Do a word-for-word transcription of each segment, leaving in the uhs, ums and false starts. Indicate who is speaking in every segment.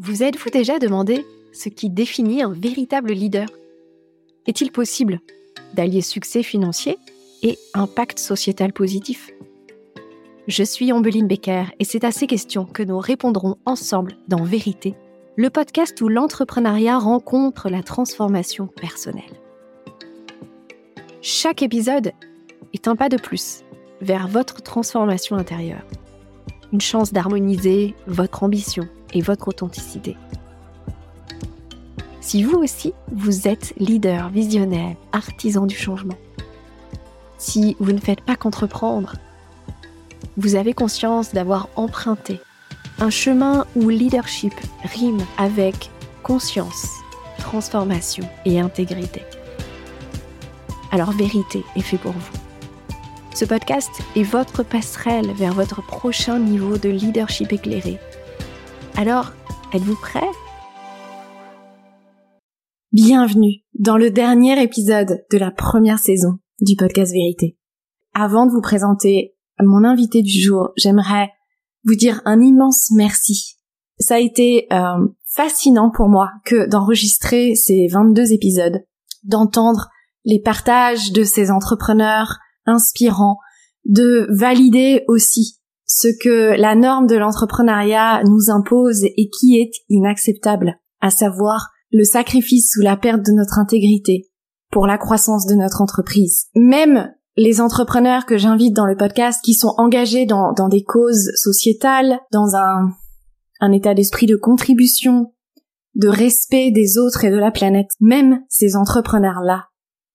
Speaker 1: Vous êtes-vous déjà demandé ce qui définit un véritable leader ? Est-il possible d'allier succès financier et impact sociétal positif ? Je suis Ambeline Becker et c'est à ces questions que nous répondrons ensemble dans Vérité, le podcast où l'entrepreneuriat rencontre la transformation personnelle. Chaque épisode est un pas de plus vers votre transformation intérieure. Une chance d'harmoniser votre ambition et votre authenticité. Si vous aussi, vous êtes leader, visionnaire, artisan du changement, si vous ne faites pas qu'entreprendre, vous avez conscience d'avoir emprunté un chemin où leadership rime avec conscience, transformation et intégrité. Alors Vérité est fait pour vous. Ce podcast est votre passerelle vers votre prochain niveau de leadership éclairé. Alors, êtes-vous prêts ? Bienvenue dans le dernier épisode de la première saison du podcast Vérité. Avant de vous présenter mon invité du jour, j'aimerais vous dire un immense merci. Ça a été euh, fascinant pour moi que d'enregistrer ces vingt-deux épisodes, d'entendre les partages de ces entrepreneurs inspirants, de valider aussi ce que la norme de l'entrepreneuriat nous impose et qui est inacceptable, à savoir le sacrifice ou la perte de notre intégrité pour la croissance de notre entreprise. Même les entrepreneurs que j'invite dans le podcast qui sont engagés dans, dans des causes sociétales, dans un, un état d'esprit de contribution, de respect des autres et de la planète, même ces entrepreneurs-là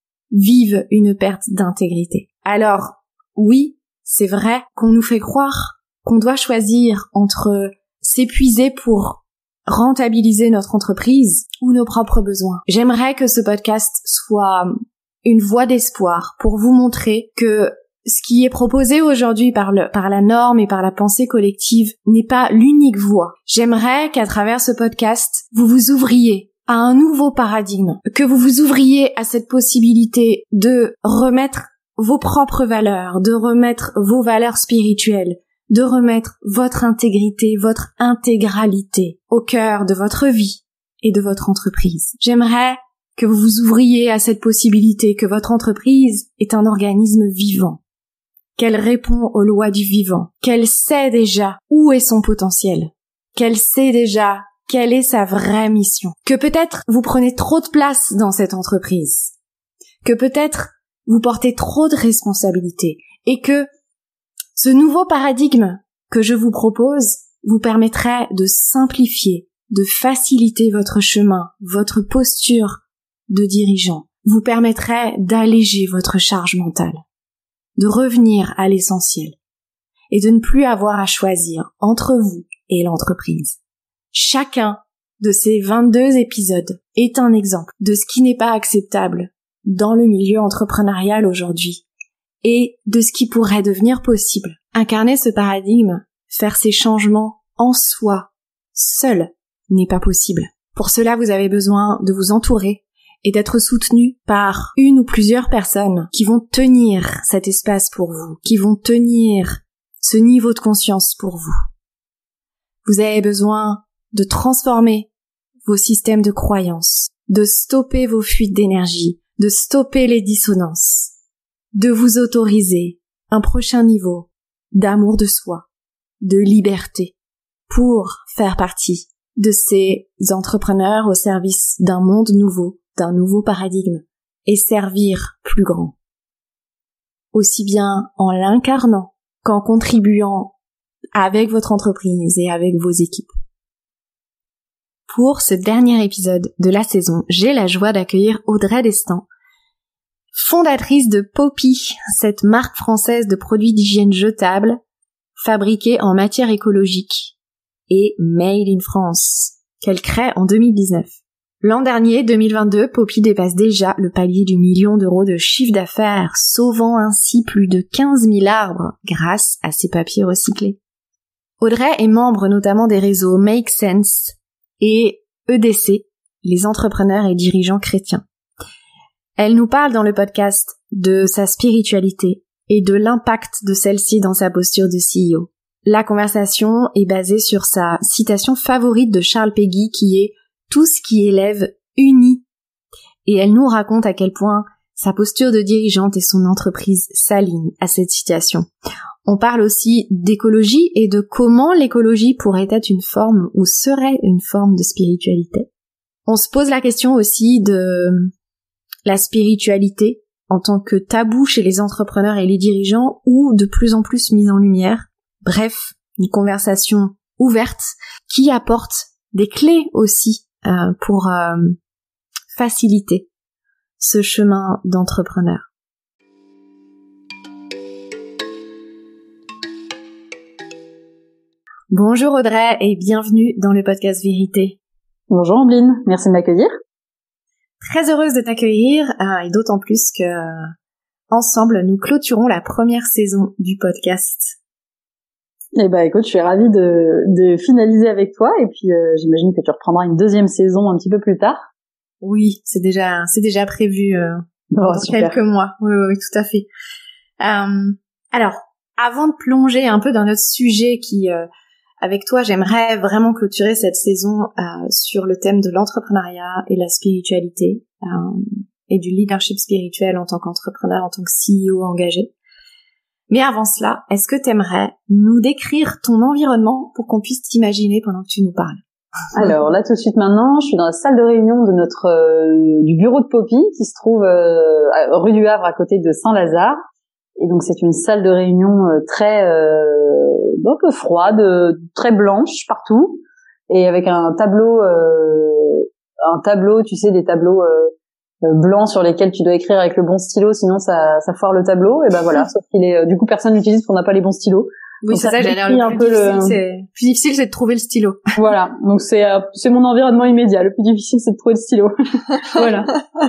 Speaker 1: vivent une perte d'intégrité. Alors, oui, c'est vrai qu'on nous fait croire qu'on doit choisir entre s'épuiser pour rentabiliser notre entreprise ou nos propres besoins. J'aimerais que ce podcast soit une voie d'espoir pour vous montrer que ce qui est proposé aujourd'hui par, le, par la norme et par la pensée collective n'est pas l'unique voie. J'aimerais qu'à travers ce podcast, vous vous ouvriez à un nouveau paradigme, que vous vous ouvriez à cette possibilité de remettre vos propres valeurs, de remettre vos valeurs spirituelles, de remettre votre intégrité, votre intégralité au cœur de votre vie et de votre entreprise. J'aimerais que vous vous ouvriez à cette possibilité que votre entreprise est un organisme vivant, qu'elle répond aux lois du vivant, qu'elle sait déjà où est son potentiel, qu'elle sait déjà quelle est sa vraie mission, que peut-être vous prenez trop de place dans cette entreprise, que peut-être vous portez trop de responsabilités et que ce nouveau paradigme que je vous propose vous permettrait de simplifier, de faciliter votre chemin, votre posture de dirigeant, vous permettrait d'alléger votre charge mentale, de revenir à l'essentiel et de ne plus avoir à choisir entre vous et l'entreprise. Chacun de ces vingt-deux épisodes est un exemple de ce qui n'est pas acceptable dans le milieu entrepreneurial aujourd'hui et de ce qui pourrait devenir possible. Incarner ce paradigme, faire ces changements en soi, seul, n'est pas possible. Pour cela, vous avez besoin de vous entourer et d'être soutenu par une ou plusieurs personnes qui vont tenir cet espace pour vous, qui vont tenir ce niveau de conscience pour vous. Vous avez besoin de transformer vos systèmes de croyances, de stopper vos fuites d'énergie, de stopper les dissonances, de vous autoriser un prochain niveau d'amour de soi, de liberté, pour faire partie de ces entrepreneurs au service d'un monde nouveau, d'un nouveau paradigme, et servir plus grand. Aussi bien en l'incarnant qu'en contribuant avec votre entreprise et avec vos équipes. Pour ce dernier épisode de la saison, j'ai la joie d'accueillir Audrey Destin, fondatrice de Poppy, cette marque française de produits d'hygiène jetables, fabriqués en matière écologique et made in France, qu'elle crée en deux mille dix-neuf. L'an dernier, deux mille vingt-deux, Poppy dépasse déjà le palier du million d'euros de chiffre d'affaires, sauvant ainsi plus de quinze mille arbres grâce à ses papiers recyclés. Audrey est membre notamment des réseaux Make Sense et E D C, les entrepreneurs et dirigeants chrétiens. Elle nous parle dans le podcast de sa spiritualité et de l'impact de celle-ci dans sa posture de C E O, La conversation est basée sur sa citation favorite de Charles Péguy qui est « Tout ce qui élève unit ». Et elle nous raconte à quel point sa posture de dirigeante et son entreprise s'alignent à cette citation. On parle aussi d'écologie et de comment l'écologie pourrait être une forme ou serait une forme de spiritualité. On se pose la question aussi de la spiritualité en tant que tabou chez les entrepreneurs et les dirigeants ou de plus en plus mise en lumière. Bref, une conversation ouverte qui apporte des clés aussi euh, pour euh, faciliter ce chemin d'entrepreneur. Bonjour Audrey et bienvenue dans le podcast Vérité.
Speaker 2: Bonjour Ambline, merci de m'accueillir.
Speaker 1: Très heureuse de t'accueillir euh, et d'autant plus que euh, ensemble nous clôturons la première saison du podcast.
Speaker 2: Eh ben écoute, je suis ravie de, de finaliser avec toi et puis euh, j'imagine que tu reprendras une deuxième saison un petit peu plus tard.
Speaker 1: Oui, c'est déjà c'est déjà prévu euh,
Speaker 2: oh,
Speaker 1: dans
Speaker 2: super.
Speaker 1: quelques mois. Oui, oui, oui, tout à fait. Euh, alors, avant de plonger un peu dans notre sujet qui, euh, avec toi, j'aimerais vraiment clôturer cette saison euh, sur le thème de l'entrepreneuriat et la spiritualité euh, et du leadership spirituel en tant qu'entrepreneur, en tant que C E O engagé. Mais avant cela, est-ce que tu aimerais nous décrire ton environnement pour qu'on puisse t'imaginer pendant que tu nous parles?
Speaker 2: Alors là tout de suite maintenant, je suis dans la salle de réunion de notre euh, du bureau de Poppy qui se trouve euh, rue du Havre à côté de Saint-Lazare. Et donc c'est une salle de réunion euh, très euh, un peu froide, très blanche partout et avec un tableau euh, un tableau, tu sais des tableaux euh, blancs sur lesquels tu dois écrire avec le bon stylo sinon ça ça foire le tableau et ben voilà, sauf qu'il est du coup personne l'utilise parce qu'on n'a pas les bons stylos.
Speaker 1: Oui,
Speaker 2: donc
Speaker 1: c'est ça,
Speaker 2: ça
Speaker 1: j'ai l'air le
Speaker 2: un
Speaker 1: plus
Speaker 2: peu
Speaker 1: difficile,
Speaker 2: le...
Speaker 1: c'est plus difficile c'est de trouver le stylo.
Speaker 2: Voilà, donc c'est euh, c'est mon environnement immédiat. Le plus difficile c'est de trouver le stylo. Voilà.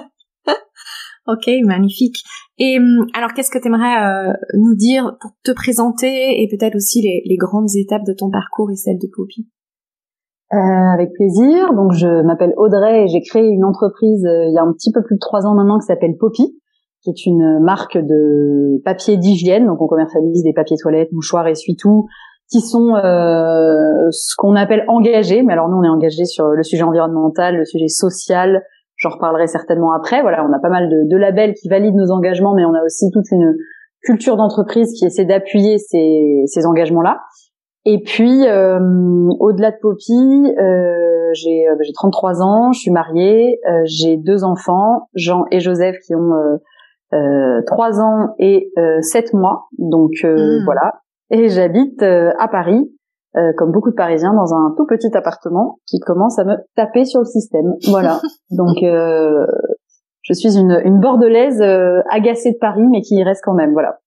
Speaker 1: Ok, magnifique. Et alors, qu'est-ce que tu aimerais euh, nous dire pour te présenter et peut-être aussi les, les grandes étapes de ton parcours et celles de Poppy?
Speaker 2: Euh, avec plaisir. Donc, je m'appelle Audrey et j'ai créé une entreprise euh, il y a un petit peu plus de trois ans maintenant qui s'appelle Poppy, qui est une marque de papier d'hygiène. Donc, on commercialise des papiers toilettes, mouchoirs, essuie-tout, qui sont euh, ce qu'on appelle engagés. Mais alors, nous, on est engagés sur le sujet environnemental, le sujet social. J'en reparlerai certainement après. Voilà, on a pas mal de, de labels qui valident nos engagements, mais on a aussi toute une culture d'entreprise qui essaie d'appuyer ces, ces engagements-là. Et puis, euh, au-delà de Poppy, euh, j'ai, euh, j'ai trente-trois ans, je suis mariée, euh, j'ai deux enfants, Jean et Joseph, qui ont euh, euh, trois ans et euh, sept mois. Donc euh, mmh. voilà. Et j'habite euh, à Paris. Euh, comme beaucoup de Parisiens, dans un tout petit appartement qui commence à me taper sur le système. Voilà. Donc, euh, je suis une, une bordelaise euh, agacée de Paris, mais qui y reste quand même. Voilà.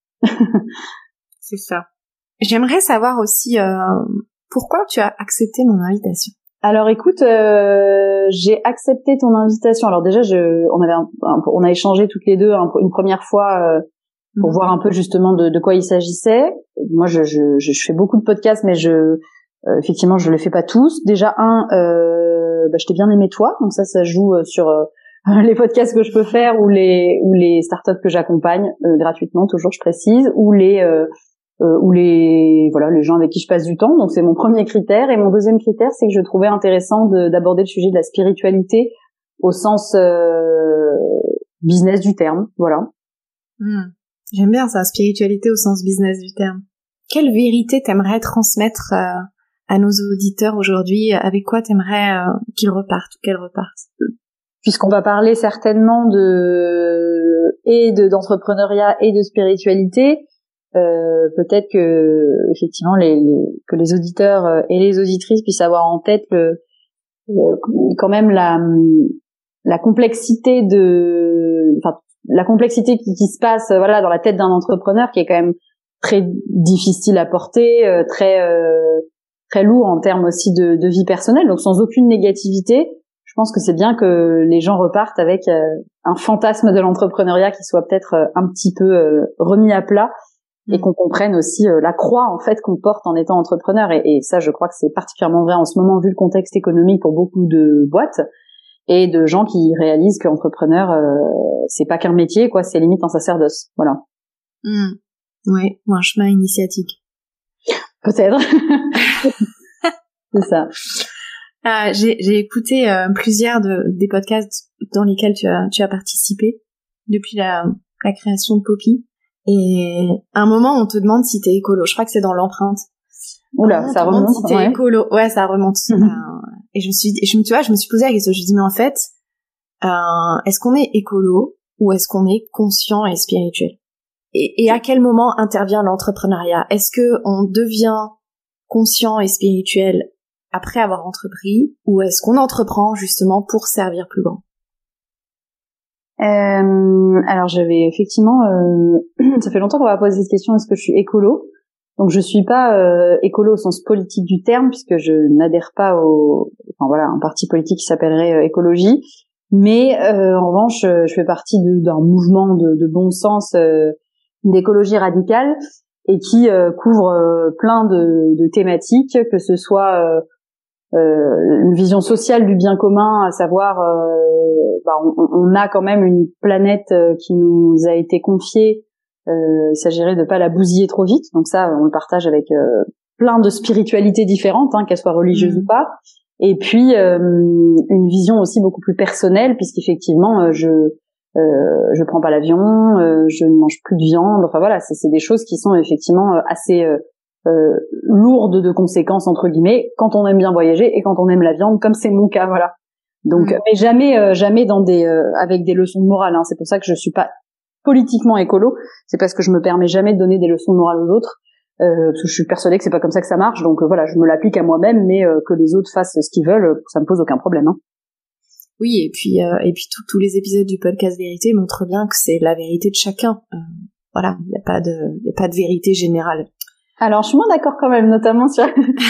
Speaker 1: C'est ça. J'aimerais savoir aussi euh, pourquoi tu as accepté mon invitation.
Speaker 2: Alors, écoute, euh, j'ai accepté ton invitation. Alors déjà, je, on avait, un, un, on a échangé toutes les deux un, une première fois. Euh, pour mmh. voir un peu justement de, de quoi il s'agissait. Moi, je, je, je fais beaucoup de podcasts, mais je, euh, effectivement, je les fais pas tous. Déjà, un, euh, bah, je t'ai bien aimé toi, donc ça, ça joue sur euh, les podcasts que je peux faire ou les ou les startups que j'accompagne euh, gratuitement, toujours, je précise, ou les euh, euh, ou les voilà les gens avec qui je passe du temps. Donc, c'est mon premier critère. Et mon deuxième critère, c'est que je trouvais intéressant de, d'aborder le sujet de la spiritualité au sens euh, business du terme. Voilà.
Speaker 1: Mmh. J'aime bien ça, spiritualité au sens business du terme. Quelle vérité t'aimerais transmettre euh, à nos auditeurs aujourd'hui? Avec quoi t'aimerais euh, qu'ils repartent ou qu'elles repartent?
Speaker 2: Puisqu'on va parler certainement de et de d'entrepreneuriat et de spiritualité, euh, peut-être que effectivement les, les que les auditeurs et les auditrices puissent avoir en tête le, le quand même la la complexité de enfin la complexité qui, qui se passe voilà dans la tête d'un entrepreneur qui est quand même très difficile à porter, euh, très euh, très lourd en termes aussi de, de vie personnelle, donc sans aucune négativité. Je pense que c'est bien que les gens repartent avec euh, un fantasme de l'entrepreneuriat qui soit peut-être euh, un petit peu euh, remis à plat et mmh. qu'on comprenne aussi euh, la croix en fait qu'on porte en étant entrepreneur. Et, et ça, je crois que c'est particulièrement vrai en ce moment vu le contexte économique pour beaucoup de boîtes et de gens qui réalisent qu'entrepreneur euh, c'est pas qu'un métier, quoi, c'est limite un sacerdoce. Voilà.
Speaker 1: Mmh. Oui, un chemin initiatique.
Speaker 2: Peut-être. C'est ça.
Speaker 1: Euh, j'ai, j'ai écouté euh, plusieurs de, des podcasts dans lesquels tu as, tu as participé depuis la, la création de Poppy. Et à un moment, on te demande si t'es écolo. Je crois que c'est dans l'empreinte.
Speaker 2: Oula, ça remonte.
Speaker 1: Si t'es
Speaker 2: ouais.
Speaker 1: écolo. Ouais, ça remonte.
Speaker 2: Mm-hmm.
Speaker 1: Euh, et je me suis, et je me, tu vois, je me suis posé la question. Je me dis, mais en fait, euh, est-ce qu'on est écolo ou est-ce qu'on est conscient et spirituel? Et, et à quel moment intervient l'entrepreneuriat? Est-ce que on devient conscient et spirituel après avoir entrepris, ou est-ce qu'on entreprend justement pour servir plus grand?
Speaker 2: Euh, alors je vais effectivement, euh, ça fait longtemps qu'on va poser cette question, est-ce que je suis écolo? Donc je suis pas euh, écolo au sens politique du terme, puisque je n'adhère pas au, enfin voilà, un parti politique qui s'appellerait euh, écologie, mais euh, en revanche je fais partie de, d'un mouvement de, de bon sens euh, d'écologie radicale et qui euh, couvre euh, plein de, de thématiques, que ce soit euh, Euh, une vision sociale du bien commun, à savoir, euh, bah, on, on a quand même une planète euh, qui nous a été confiée. Euh, il s'agirait de pas la bousiller trop vite, donc ça, on le partage avec euh, plein de spiritualités différentes, hein, qu'elles soient religieuses mmh. ou pas. Et puis euh, une vision aussi beaucoup plus personnelle, puisqu'effectivement, euh, je euh, je prends pas l'avion, euh, je ne mange plus de viande. Enfin voilà, c'est, c'est des choses qui sont effectivement assez euh, Euh, lourde de conséquences entre guillemets quand on aime bien voyager et quand on aime la viande, comme c'est mon cas, voilà. Donc mmh. mais jamais euh, jamais dans des euh, avec des leçons de morale, hein. C'est pour ça que je suis pas politiquement écolo, c'est parce que je me permets jamais de donner des leçons de morale aux autres, euh, parce que je suis persuadée que c'est pas comme ça que ça marche. Donc euh, voilà, je me l'applique à moi-même, mais euh, que les autres fassent ce qu'ils veulent, ça me pose aucun problème, hein.
Speaker 1: Oui, et puis euh, et puis tous les épisodes du podcast Vérité montrent bien que c'est la vérité de chacun. Euh, voilà, il y a pas de il y a pas de vérité générale.
Speaker 2: Alors, je suis moins d'accord quand même, notamment sur.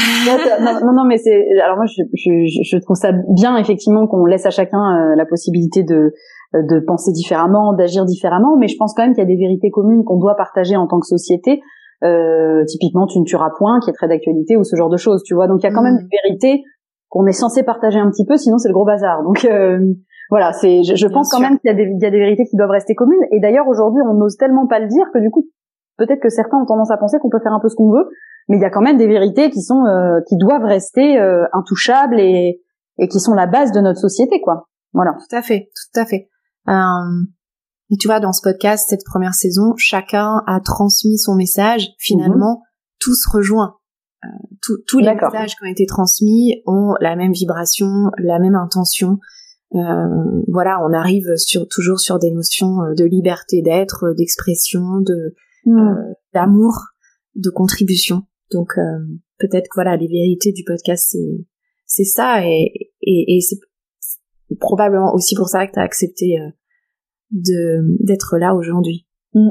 Speaker 2: non, non, non, mais c'est. Alors moi, je, je, je trouve ça bien effectivement qu'on laisse à chacun euh, la possibilité de de penser différemment, d'agir différemment, mais je pense quand même qu'il y a des vérités communes qu'on doit partager en tant que société. Euh, typiquement, tu ne tueras point, qui est très d'actualité, ou ce genre de choses, tu vois. Donc, il y a quand mmh. même des vérités qu'on est censé partager un petit peu, sinon c'est le gros bazar. Donc euh, voilà, c'est. Je, je pense sûr. Quand même qu'il y a des il y a des vérités qui doivent rester communes. Et d'ailleurs, aujourd'hui, on n'ose tellement pas le dire que du coup. Peut-être que certains ont tendance à penser qu'on peut faire un peu ce qu'on veut, mais il y a quand même des vérités qui sont euh, qui doivent rester euh, intouchables et et qui sont la base de notre société, quoi. Voilà.
Speaker 1: Tout à fait, tout à fait. Euh, et tu vois, dans ce podcast, cette première saison, chacun a transmis son message. Finalement, mm-hmm. tout se rejoint. Euh, tout, tous les D'accord. messages qui ont été transmis ont la même vibration, la même intention. Euh, voilà, on arrive sur toujours sur des notions de liberté d'être, d'expression, de Mmh. Euh, d'amour, de contribution. Donc euh, peut-être que voilà, les vérités du podcast c'est c'est ça et et, et c'est probablement aussi pour ça que tu as accepté euh, de d'être là aujourd'hui. Mmh.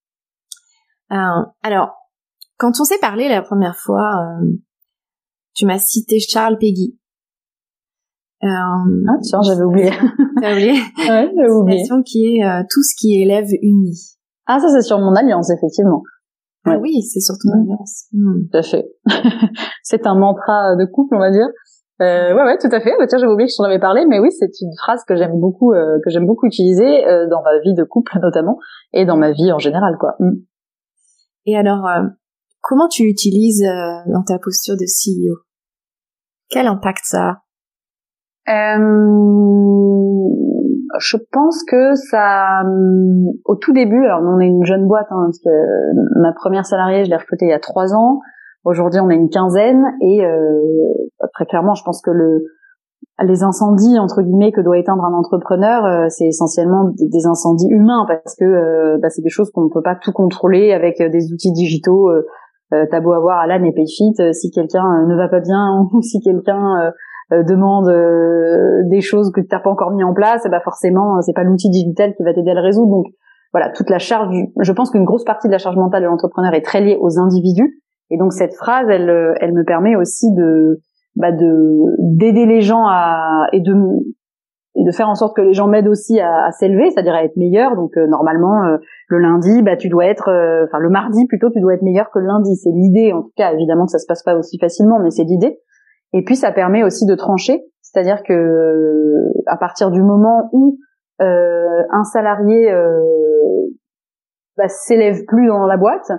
Speaker 1: Euh, alors quand on s'est parlé la première fois, euh, tu m'as cité Charles Péguy.
Speaker 2: Euh, ah tiens, j'avais oublié.
Speaker 1: T'as oublié?
Speaker 2: Ouais, j'avais oublié.
Speaker 1: Une qui est euh, tout ce qui élève unit.
Speaker 2: Ah, ça, c'est sur mon alliance, effectivement.
Speaker 1: Ah ouais. Oui, c'est sur ton mmh. alliance. Mmh.
Speaker 2: Tout à fait. C'est un mantra de couple, on va dire. Euh, ouais, ouais, tout à fait. Bah, tiens, j'avais oublié que je t'en avais parlé, mais oui, c'est une phrase que j'aime beaucoup, euh, que j'aime beaucoup utiliser euh, dans ma vie de couple, notamment, et dans ma vie en général, quoi. Mmh.
Speaker 1: Et alors, euh, comment tu l'utilises euh, dans ta posture de C E O? Quel impact ça a?
Speaker 2: Euh... Je pense que ça, au tout début, alors on est une jeune boîte, hein, parce que ma première salariée, je l'ai recrutée il y a trois ans. Aujourd'hui, on est une quinzaine, et euh, très clairement, je pense que le, les incendies entre guillemets que doit éteindre un entrepreneur, euh, c'est essentiellement des incendies humains, parce que euh, bah, c'est des choses qu'on ne peut pas tout contrôler avec des outils digitaux. Euh, t'as beau avoir Alan et Payfit, euh, si quelqu'un ne va pas bien ou si quelqu'un euh, Euh, demande euh, des choses que tu n'as pas encore mis en place, et bah forcément c'est pas l'outil digital qui va t'aider à le résoudre. Donc voilà, toute la charge du... je pense qu'une grosse partie de la charge mentale de l'entrepreneur est très liée aux individus, et donc cette phrase elle elle me permet aussi de bah de d'aider les gens à et de et de faire en sorte que les gens m'aident aussi à, à s'élever, c'est-à-dire à être meilleurs. Donc euh, normalement euh, le lundi bah tu dois être euh, enfin le mardi plutôt tu dois être meilleur que le lundi, c'est l'idée. En tout cas évidemment que ça se passe pas aussi facilement, mais c'est l'idée. Et puis ça permet aussi de trancher, c'est-à-dire que à partir du moment où euh, un salarié euh, bah, s'élève plus dans la boîte,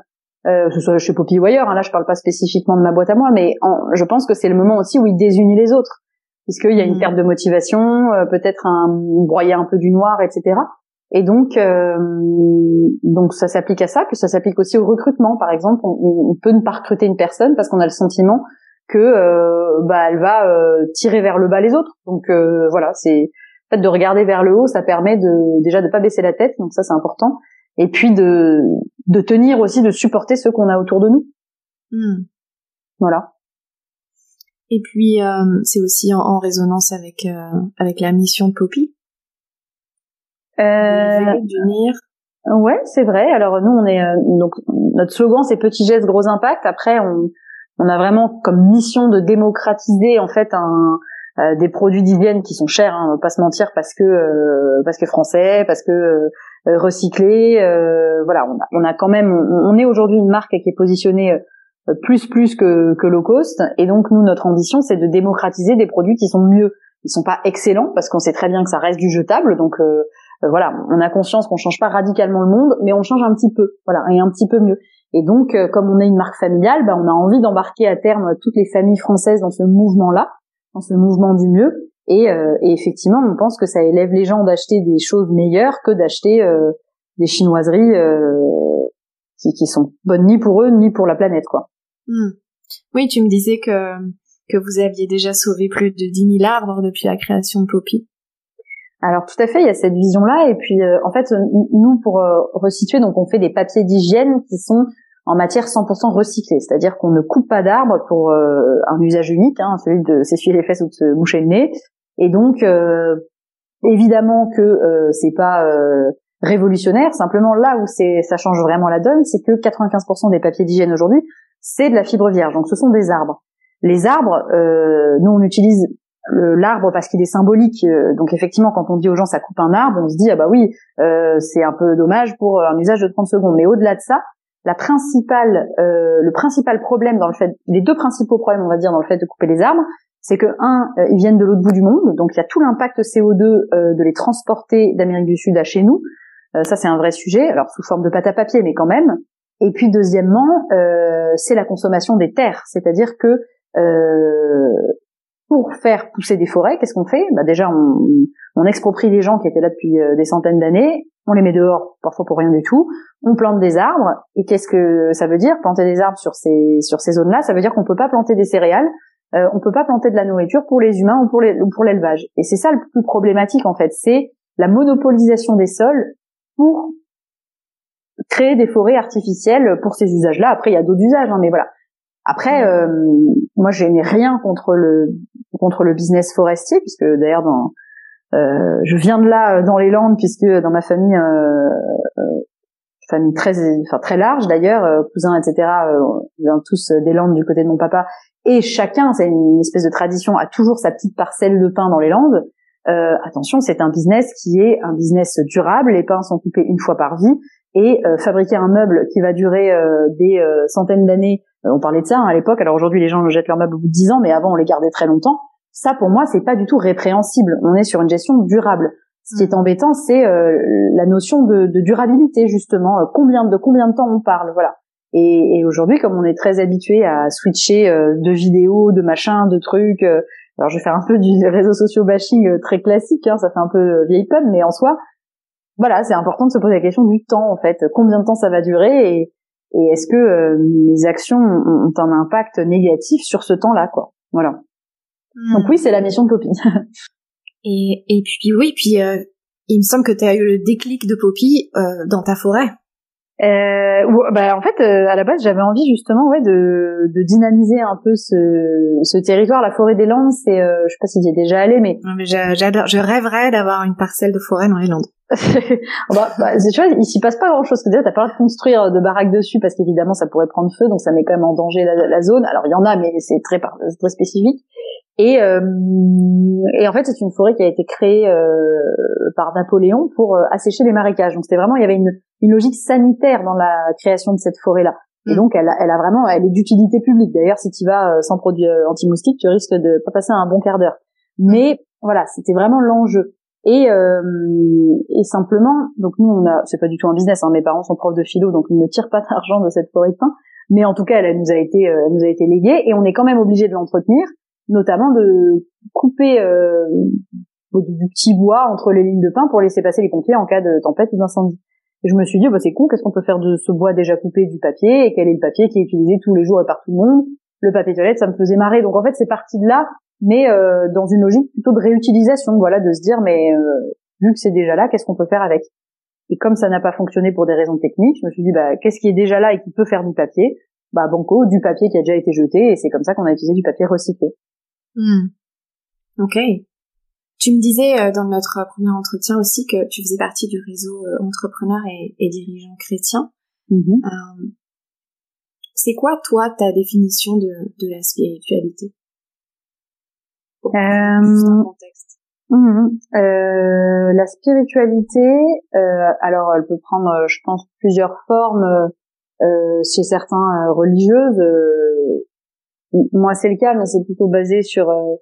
Speaker 2: euh, que ce soit chez Poppy ou ailleurs, hein, là je parle pas spécifiquement de ma boîte à moi, mais en, je pense que c'est le moment aussi où il désunit les autres, puisqu'il y a une mmh. perte de motivation, euh, peut-être un broyer un peu du noir, et cetera. Et donc, euh, donc ça s'applique à ça, puis ça s'applique aussi au recrutement. Par exemple, on, on peut ne pas recruter une personne parce qu'on a le sentiment que euh, bah elle va euh, tirer vers le bas les autres. Donc euh, voilà, c'est en fait de regarder vers le haut, ça permet de déjà de pas baisser la tête, donc ça c'est important. Et puis de de tenir aussi, de supporter ceux qu'on a autour de nous.
Speaker 1: Mmh.
Speaker 2: Voilà.
Speaker 1: Et puis euh, c'est aussi en, en résonance avec euh, avec la mission de Poppy.
Speaker 2: Euh,
Speaker 1: d'unir.
Speaker 2: Ouais, c'est vrai. Alors nous, on est euh, donc notre slogan, c'est petits gestes, gros impact. Après, on on a vraiment comme mission de démocratiser en fait un euh, des produits d'hygiène qui sont chers, hein, on va pas se mentir, parce que euh, parce que français, parce que euh, recyclés. Euh, voilà, on a on a quand même, on, on est aujourd'hui une marque qui est positionnée euh, plus plus que que low cost, et donc nous, notre ambition, c'est de démocratiser des produits qui sont mieux. Ils sont pas excellents parce qu'on sait très bien que ça reste du jetable, donc euh, Euh, voilà, on a conscience qu'on change pas radicalement le monde, mais on change un petit peu, voilà, et un petit peu mieux. Et donc, euh, comme on est une marque familiale, bah, on a envie d'embarquer à terme toutes les familles françaises dans ce mouvement-là, dans ce mouvement du mieux. Et, euh, et effectivement, on pense que ça élève les gens d'acheter des choses meilleures que d'acheter euh, des chinoiseries euh, qui, qui sont bonnes ni pour eux ni pour la planète, quoi.
Speaker 1: Mmh. Oui, tu me disais que que vous aviez déjà sauvé plus de dix mille arbres depuis la création de Poppy.
Speaker 2: Alors tout à fait, il y a cette vision-là, et puis euh, en fait nous, pour euh, resituer, donc on fait des papiers d'hygiène qui sont en matière cent pour cent recyclée, c'est-à-dire qu'on ne coupe pas d'arbres pour euh, un usage unique, hein, celui de s'essuyer les fesses ou de se moucher le nez, et donc euh, évidemment que euh, c'est pas euh, révolutionnaire, simplement là où c'est ça change vraiment la donne, c'est que quatre-vingt-quinze pour cent des papiers d'hygiène aujourd'hui, c'est de la fibre vierge, donc ce sont des arbres. Les arbres, euh, nous on utilise Le, l'arbre parce qu'il est symbolique, euh, donc effectivement quand on dit aux gens ça coupe un arbre, on se dit ah bah oui euh, c'est un peu dommage pour un usage de trente secondes, mais au-delà de ça, la principale euh, le principal problème dans le fait, les deux principaux problèmes on va dire dans le fait de couper les arbres, c'est que un, euh, ils viennent de l'autre bout du monde, donc il y a tout l'impact C O deux euh, de les transporter d'Amérique du Sud à chez nous, euh, ça c'est un vrai sujet, alors sous forme de pâte à papier mais quand même. Et puis deuxièmement, euh, c'est la consommation des terres, c'est-à-dire que euh, pour faire pousser des forêts, qu'est-ce qu'on fait ? Bah déjà, on, on exproprie les gens qui étaient là depuis euh, des centaines d'années, on les met dehors, parfois pour rien du tout, on plante des arbres, et qu'est-ce que ça veut dire, planter des arbres sur ces sur ces zones-là ? Ça veut dire qu'on peut pas planter des céréales, euh, on peut pas planter de la nourriture pour les humains ou pour les, ou pour l'élevage. Et c'est ça le plus problématique en fait, c'est la monopolisation des sols pour créer des forêts artificielles pour ces usages-là. Après, il y a d'autres usages, hein, mais voilà. Après, euh, moi, je n'ai rien contre le contre le business forestier, puisque d'ailleurs, dans, euh, je viens de là, dans les Landes, puisque dans ma famille, euh, euh, famille très, enfin très large d'ailleurs, euh, cousins, et cetera, euh, on vient tous des Landes du côté de mon papa, et chacun, c'est une espèce de tradition, a toujours sa petite parcelle de pin dans les Landes. Euh, attention, c'est un business qui est un business durable. Les pins sont coupés une fois par vie, et euh, fabriquer un meuble qui va durer euh, des euh, centaines d'années. On parlait de ça hein, à l'époque, alors aujourd'hui les gens jettent leurs meubles au bout de dix ans, mais avant on les gardait très longtemps. Ça pour moi c'est pas du tout répréhensible, on est sur une gestion durable. Ce qui est embêtant c'est euh, la notion de, de durabilité justement, euh, combien de combien de temps on parle, voilà. Et, et aujourd'hui comme on est très habitué à switcher euh, de vidéos, de machins, de trucs, euh, alors je vais faire un peu du réseau social bashing euh, très classique, hein, ça fait un peu euh, vieille pomme, mais en soi, voilà, c'est important de se poser la question du temps en fait, combien de temps ça va durer et Et est-ce que euh, les actions ont un impact négatif sur ce temps-là, quoi. Voilà. Mmh. Donc oui, c'est la mission de Poppy.
Speaker 1: et, et puis oui, puis euh, il me semble que tu as eu le déclic de Poppy euh, dans ta forêt.
Speaker 2: Euh, bah en fait, euh, à la base, j'avais envie justement, ouais, de, de dynamiser un peu ce, ce territoire. La forêt des Landes, c'est, euh, je sais pas si j'y ai déjà allé, mais,
Speaker 1: non, mais j'adore, je rêverais d'avoir une parcelle de forêt dans les Landes.
Speaker 2: bah, bah, tu vois, il s'y passe pas grand chose. Déjà, t'as pas le droit de construire de baraques dessus parce qu'évidemment, ça pourrait prendre feu, donc ça met quand même en danger la, la zone. Alors, il y en a, mais c'est très, très spécifique. Et, euh, et en fait, c'est une forêt qui a été créée euh, par Napoléon pour euh, assécher les marécages. Donc, c'était vraiment, il y avait une, une logique sanitaire dans la création de cette forêt-là. Et donc, elle a, elle a vraiment, elle est d'utilité publique. D'ailleurs, si tu vas euh, sans produit euh, anti-moustique, tu risques de pas passer un bon quart d'heure. Mais voilà, c'était vraiment l'enjeu. Et, euh, et simplement, donc nous, on a, c'est pas du tout un business, hein, mes parents sont profs de philo, donc ils ne tirent pas d'argent de cette forêt de pin, mais en tout cas, elle, elle nous a été, euh, elle nous a été léguée, et on est quand même obligé de l'entretenir, notamment de couper euh, du, du petit bois entre les lignes de pin pour laisser passer les pompiers en cas de tempête ou d'incendie. Et je me suis dit, bah, c'est con, qu'est-ce qu'on peut faire de ce bois déjà coupé du papier, et quel est le papier qui est utilisé tous les jours et par tout le monde? Le papier toilette, ça me faisait marrer, donc en fait, c'est parti de là, mais euh, dans une logique plutôt de réutilisation, voilà, de se dire, mais euh, vu que c'est déjà là, qu'est-ce qu'on peut faire avec? Et comme ça n'a pas fonctionné pour des raisons techniques, je me suis dit, bah, qu'est-ce qui est déjà là et qui peut faire du papier? Bah, banco, du papier qui a déjà été jeté, et c'est comme ça qu'on a utilisé du papier recyclé.
Speaker 1: Hmm. Ok. Tu me disais euh, dans notre premier entretien aussi que tu faisais partie du réseau euh, entrepreneurs et, et dirigeants chrétiens.
Speaker 2: Mm-hmm.
Speaker 1: Euh, c'est quoi, toi, ta définition de, de la spiritualité? Pour
Speaker 2: euh...
Speaker 1: juste un contexte.
Speaker 2: Mmh, euh, la spiritualité, euh, alors elle peut prendre, je pense, plusieurs formes euh, chez certains euh, religieuses. Euh, moi, c'est le cas, mais c'est plutôt basé sur euh,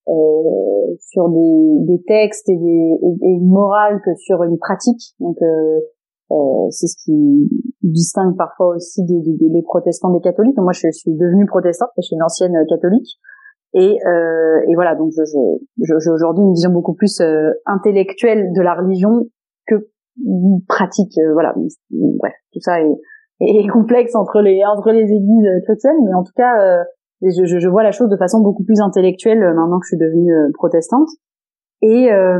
Speaker 2: euh, sur des, des textes et, des, et une morale que sur une pratique. Donc, euh, euh, c'est ce qui distingue parfois aussi des, des, des protestants des catholiques. Donc, moi, je, je suis devenue protestante, mais je suis une ancienne catholique. Et, euh, et voilà, donc je, je, j'ai aujourd'hui une vision beaucoup plus euh, intellectuelle de la religion que pratique. Euh, voilà, bref, tout ça est, est complexe entre les entre les églises chrétiennes, mais en tout cas, euh, je, je, je vois la chose de façon beaucoup plus intellectuelle euh, maintenant que je suis devenue euh, protestante. Et euh,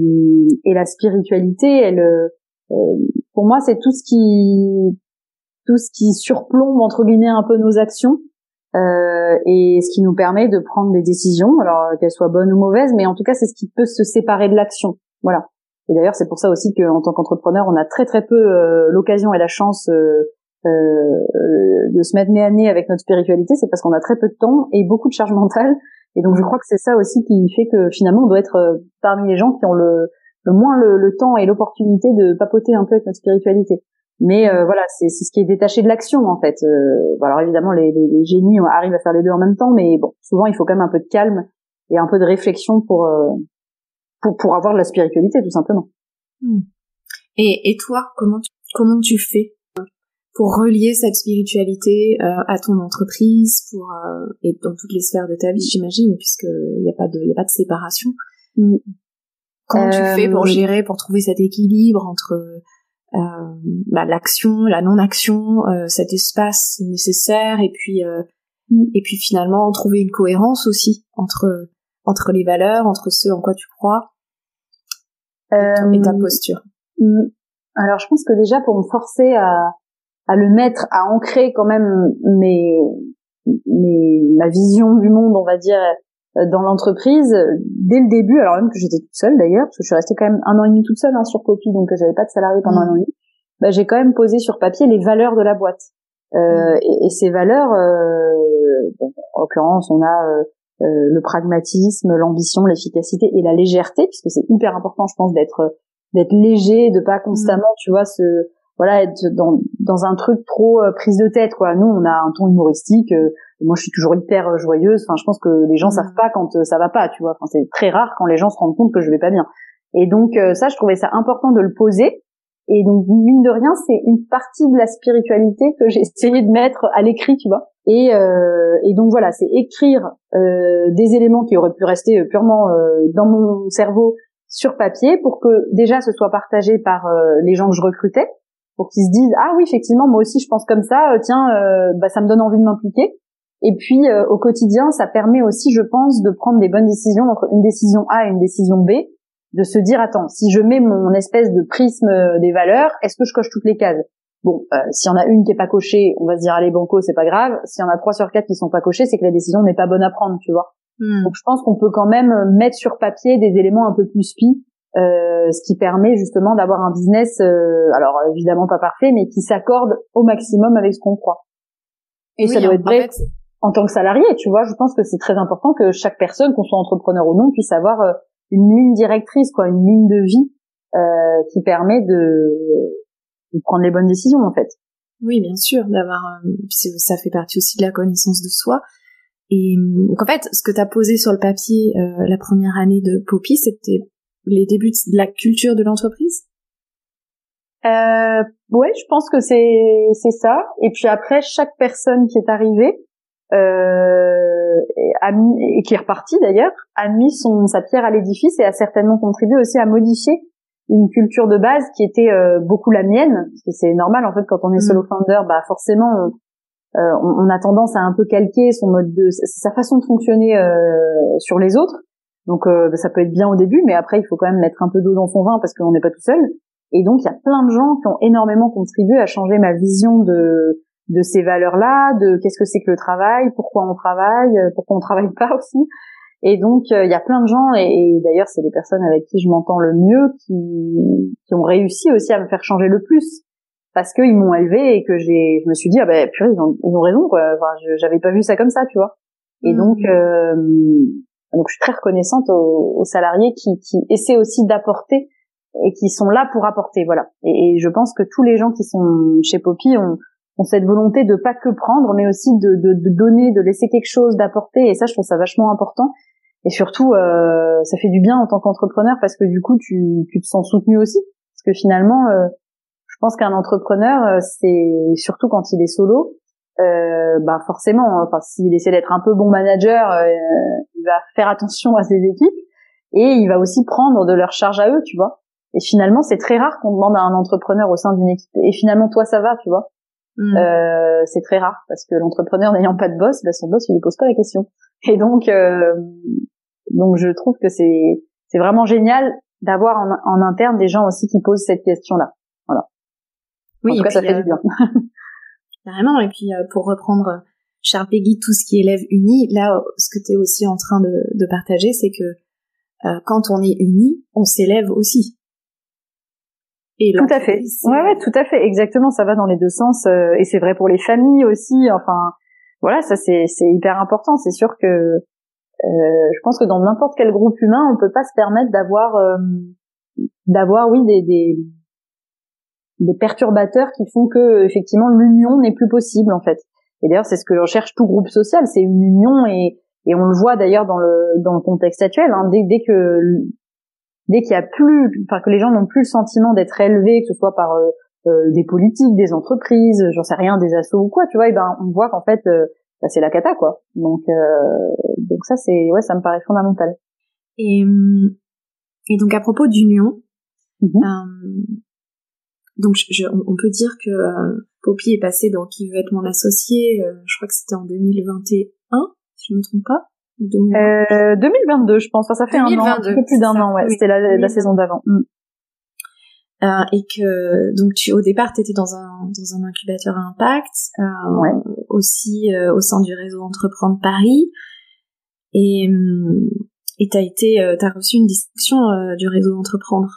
Speaker 2: et la spiritualité, elle, euh, pour moi, c'est tout ce qui tout ce qui surplombe entre guillemets un peu nos actions. Euh, et ce qui nous permet de prendre des décisions, alors qu'elles soient bonnes ou mauvaises, mais en tout cas c'est ce qui peut se séparer de l'action. Voilà. Et d'ailleurs c'est pour ça aussi qu'en tant qu'entrepreneur, on a très très peu euh, l'occasion et la chance euh, euh, de se mettre nez à nez avec notre spiritualité, c'est parce qu'on a très peu de temps et beaucoup de charge mentale. Et donc je crois que c'est ça aussi qui fait que finalement on doit être euh, parmi les gens qui ont le, le moins le, le temps et l'opportunité de papoter un peu avec notre spiritualité. Mais euh, voilà, c'est, c'est ce qui est détaché de l'action en fait. Euh, alors évidemment, les, les, les génies arrivent à faire les deux en même temps, mais bon, souvent il faut quand même un peu de calme et un peu de réflexion pour euh, pour pour avoir de la spiritualité tout simplement.
Speaker 1: Hmm. Et, et toi, comment tu, comment tu fais pour relier cette spiritualité euh, à ton entreprise, pour euh, et dans toutes les sphères de ta vie, j'imagine, puisque il y a pas de il y a pas de séparation. Hmm. Comment euh, tu fais pour gérer, pour trouver cet équilibre entre Euh, bah, l'action, la non-action, euh, cet espace nécessaire, et puis euh, et puis finalement trouver une cohérence aussi entre entre les valeurs, entre ce en quoi tu crois euh, et ta posture.
Speaker 2: Alors je pense que déjà pour me forcer à à le mettre, à ancrer quand même mes mes ma vision du monde, on va dire, dans l'entreprise dès le début, alors même que j'étais toute seule d'ailleurs, parce que je suis restée quand même un an et demi toute seule hein, sur Poppy, donc j'avais pas de salariés pendant mmh. un an et demi, bah, j'ai quand même posé sur papier les valeurs de la boîte. Euh, mmh. et, et ces valeurs, euh, bon, en l'occurrence, on a euh, euh, le pragmatisme, l'ambition, l'efficacité et la légèreté, puisque c'est hyper important, je pense, d'être d'être léger, de pas constamment, mmh. tu vois, se voilà, être dans dans un truc trop euh, prise de tête, quoi. Nous, on a un ton humoristique. Euh, moi, je suis toujours hyper euh, joyeuse. Enfin, je pense que les gens mmh. savent pas quand euh, ça va pas, tu vois. Enfin, c'est très rare quand les gens se rendent compte que je vais pas bien. Et donc, euh, ça, je trouvais ça important de le poser. Et donc, mine de rien, c'est une partie de la spiritualité que j'ai essayé de mettre à l'écrit, tu vois. Et, euh, et donc, voilà, c'est écrire euh, des éléments qui auraient pu rester purement euh, dans mon cerveau sur papier pour que, déjà, ce soit partagé par euh, les gens que je recrutais, pour qu'ils se disent « Ah oui, effectivement, moi aussi, je pense comme ça. Euh, tiens, euh, bah, ça me donne envie de m'impliquer. » Et puis, euh, au quotidien, ça permet aussi, je pense, de prendre des bonnes décisions entre une décision A et une décision B, de se dire, attends, si je mets mon espèce de prisme des valeurs, est-ce que je coche toutes les cases? Bon, euh, s'il y en a une qui est pas cochée, on va se dire, allez, banco, c'est pas grave. S'il y en a trois sur quatre qui sont pas cochées, c'est que la décision n'est pas bonne à prendre, tu vois. Mm. Donc, je pense qu'on peut quand même mettre sur papier des éléments un peu plus spi, euh, ce qui permet justement d'avoir un business, euh, alors évidemment pas parfait, mais qui s'accorde au maximum avec ce qu'on croit. Et oui, ça doit être vrai fait... en tant que salarié, tu vois. Je pense que c'est très important que chaque personne, qu'on soit entrepreneur ou non, puisse avoir euh, une ligne directrice, quoi, une ligne de vie euh, qui permet de, de prendre les bonnes décisions, en fait.
Speaker 1: Oui, bien sûr, d'avoir, euh, ça fait partie aussi de la connaissance de soi. Et donc en fait, ce que t'as posé sur le papier euh, la première année de Poppy, c'était les débuts de la culture de l'entreprise?
Speaker 2: Euh, ouais, je pense que c'est c'est ça. Et puis après, chaque personne qui est arrivée euh, a mis, et qui est repartie d'ailleurs, a mis son sa pierre à l'édifice et a certainement contribué aussi à modifier une culture de base qui était euh, beaucoup la mienne. Parce que c'est normal en fait quand on est solo founder, bah forcément on, euh, on, on a tendance à un peu calquer son mode de sa façon de fonctionner euh, sur les autres. Donc euh, ça peut être bien au début, mais après il faut quand même mettre un peu d'eau dans son vin parce qu'on n'est pas tout seul. Et donc il y a plein de gens qui ont énormément contribué à changer ma vision de de ces valeurs-là, de qu'est-ce que c'est que le travail, pourquoi on travaille, pourquoi on travaille pas aussi. Et donc il euh, y a plein de gens, et, et d'ailleurs c'est les personnes avec qui je m'entends le mieux qui qui ont réussi aussi à me faire changer le plus, parce qu'ils m'ont élevé et que j'ai je me suis dit ah ben purée ils ont ils ont raison quoi. Enfin je, j'avais pas vu ça comme ça, tu vois. Et mmh. donc euh, donc je suis très reconnaissante aux, aux salariés qui qui essaient aussi d'apporter et qui sont là pour apporter, voilà. Et, et je pense que tous les gens qui sont chez Poppy ont ont cette volonté de pas que prendre, mais aussi de, de, de donner, de laisser quelque chose, d'apporter. Et ça, je trouve ça vachement important. Et surtout, euh, ça fait du bien en tant qu'entrepreneur parce que du coup, tu, tu te sens soutenu aussi. Parce que finalement, euh, je pense qu'un entrepreneur, c'est surtout quand il est solo, euh, bah forcément, enfin s'il essaie d'être un peu bon manager, euh, il va faire attention à ses équipes et il va aussi prendre de leur charge à eux, tu vois. Et finalement, c'est très rare qu'on demande à un entrepreneur au sein d'une équipe. Et finalement, toi, ça va, tu vois. Mmh. Euh, c'est très rare parce que l'entrepreneur n'ayant pas de boss, bah son boss il lui pose pas la question. Et donc, euh, donc je trouve que c'est c'est vraiment génial d'avoir en, en interne des gens aussi qui posent cette question-là. Voilà.
Speaker 1: Oui,
Speaker 2: en tout cas, ça fait
Speaker 1: euh,
Speaker 2: du bien.
Speaker 1: Carrément. Et puis euh, pour reprendre Charles Péguy, tout ce qui est élève uni, là, ce que tu es aussi en train de, de partager, c'est que euh, quand on est uni, on s'élève aussi.
Speaker 2: Et tout à fait. Ouais, ouais, tout à fait. Exactement. Ça va dans les deux sens. Euh, et c'est vrai pour les familles aussi. Enfin, voilà, ça c'est, c'est hyper important. C'est sûr que euh, je pense que dans n'importe quel groupe humain, on peut pas se permettre d'avoir, euh, d'avoir, oui, des, des, des perturbateurs qui font que effectivement l'union n'est plus possible en fait. Et d'ailleurs, c'est ce que recherche tout groupe social, c'est une union et, et on le voit d'ailleurs dans le dans le contexte actuel. Hein, dès, dès que Dès qu'il y a plus, enfin que les gens n'ont plus le sentiment d'être élevés, que ce soit par euh, euh, des politiques, des entreprises, j'en sais rien, des assos ou quoi, tu vois, et ben on voit qu'en fait, euh, bah, c'est la cata quoi. Donc euh, donc ça c'est, ouais, ça me paraît fondamental.
Speaker 1: Et et donc à propos d'union, mm-hmm. euh, donc je, je, on peut dire que euh, Poppy est passée dans Qui veut être mon associé, euh, je crois que c'était en deux mille vingt et un, si je me trompe pas. deux mille vingt.
Speaker 2: Euh, deux mille vingt-deux, je pense. Enfin, ça fait deux mille vingt-deux, un an, un peu plus d'un an, ouais. Oui. C'était la, la saison d'avant. Mm.
Speaker 1: Euh, et que donc tu au départ t'étais dans un dans un incubateur à impact, euh,
Speaker 2: ouais.
Speaker 1: aussi euh, au sein du réseau Entreprendre Paris, et et t'as été euh, t'as reçu une distinction euh, du réseau Entreprendre.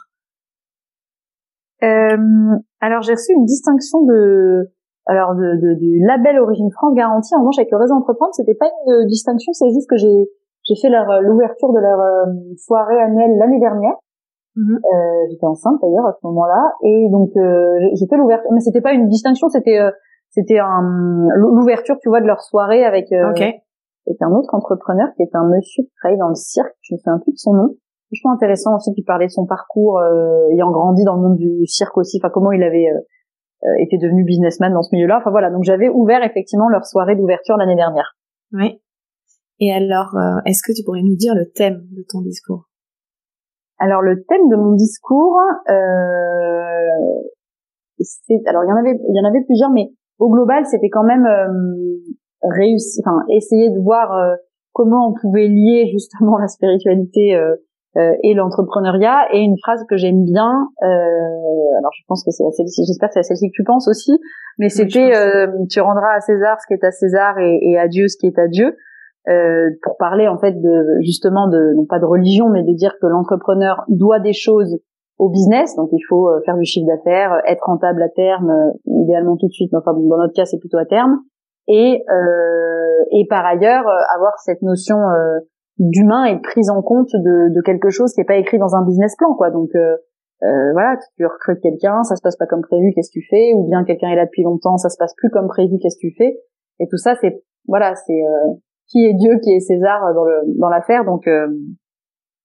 Speaker 2: Euh, alors j'ai reçu une distinction de alors de, de du label Origine France Garantie. En revanche, avec le réseau Entreprendre, c'était pas une distinction, c'est juste que j'ai j'ai fait leur l'ouverture de leur euh, soirée annuelle l'année dernière. Mm-hmm. Euh, j'étais enceinte d'ailleurs à ce moment-là, et donc euh, j'ai fait l'ouverture, mais c'était pas une distinction, c'était euh, c'était un l'ouverture, tu vois, de leur soirée avec euh,
Speaker 1: okay.
Speaker 2: avec un autre entrepreneur qui est un monsieur qui travaille dans le cirque, je me souviens plus de son nom. Vachement intéressant aussi, qui parlait de son parcours euh, ayant grandi dans le monde du cirque aussi, enfin comment il avait euh, Euh, était devenu businessman dans ce milieu-là. Enfin voilà, donc j'avais ouvert effectivement leur soirée d'ouverture l'année dernière.
Speaker 1: Oui. Et alors, euh, est-ce que tu pourrais nous dire le thème de ton discours?
Speaker 2: Alors le thème de mon discours, euh, c'est, alors il y en avait, il y en avait plusieurs, mais au global c'était quand même euh, réussi, enfin essayer de voir euh, comment on pouvait lier justement la spiritualité euh, Euh, et l'entrepreneuriat, et une phrase que j'aime bien, euh, alors je pense que c'est celle-ci, j'espère que c'est celle-ci que tu penses aussi, mais c'était oui, euh, tu rendras à César ce qui est à César et, et à Dieu ce qui est à Dieu, euh, pour parler en fait de justement de non pas de religion, mais de dire que l'entrepreneur doit des choses au business, donc il faut euh, faire du chiffre d'affaires, être rentable à terme, euh, idéalement tout de suite, mais enfin bon, dans notre cas c'est plutôt à terme, et euh, et par ailleurs euh, avoir cette notion euh, d'humain et de prise en compte de, de quelque chose qui est pas écrit dans un business plan, quoi. Donc euh, euh, voilà, tu recrutes quelqu'un, ça se passe pas comme prévu, qu'est-ce que tu fais? Ou bien quelqu'un est là depuis longtemps, ça se passe plus comme prévu, qu'est-ce que tu fais? Et tout ça, c'est voilà, c'est euh, qui est Dieu, qui est César dans le dans l'affaire. Donc euh,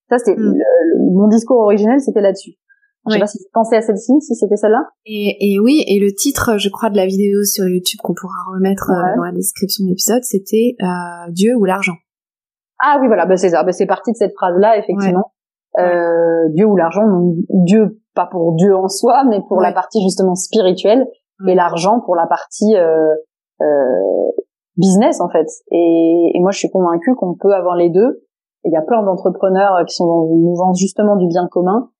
Speaker 2: Ça, c'est
Speaker 1: mm.
Speaker 2: le, mon discours originel, c'était là-dessus. Je sais
Speaker 1: Ouais.
Speaker 2: pas si tu pensais à celle-ci, si c'était celle-là.
Speaker 1: Et, et oui, et le titre, je crois, de la vidéo sur YouTube qu'on pourra remettre
Speaker 2: Ouais.
Speaker 1: euh, dans la description de l'épisode, c'était euh, Dieu ou l'argent.
Speaker 2: Ah oui, voilà, bah c'est ça. Bah c'est parti de cette phrase-là, effectivement.
Speaker 1: Ouais.
Speaker 2: Euh, ouais. Dieu ou l'argent, donc Dieu, pas pour Dieu en soi, mais pour
Speaker 1: ouais.
Speaker 2: la partie justement spirituelle, ouais. Et l'argent pour la partie euh, euh, business en fait. Et, et moi, je suis convaincue qu'on peut avoir les deux. Il y a plein d'entrepreneurs qui sont dans une mouvance justement du bien commun.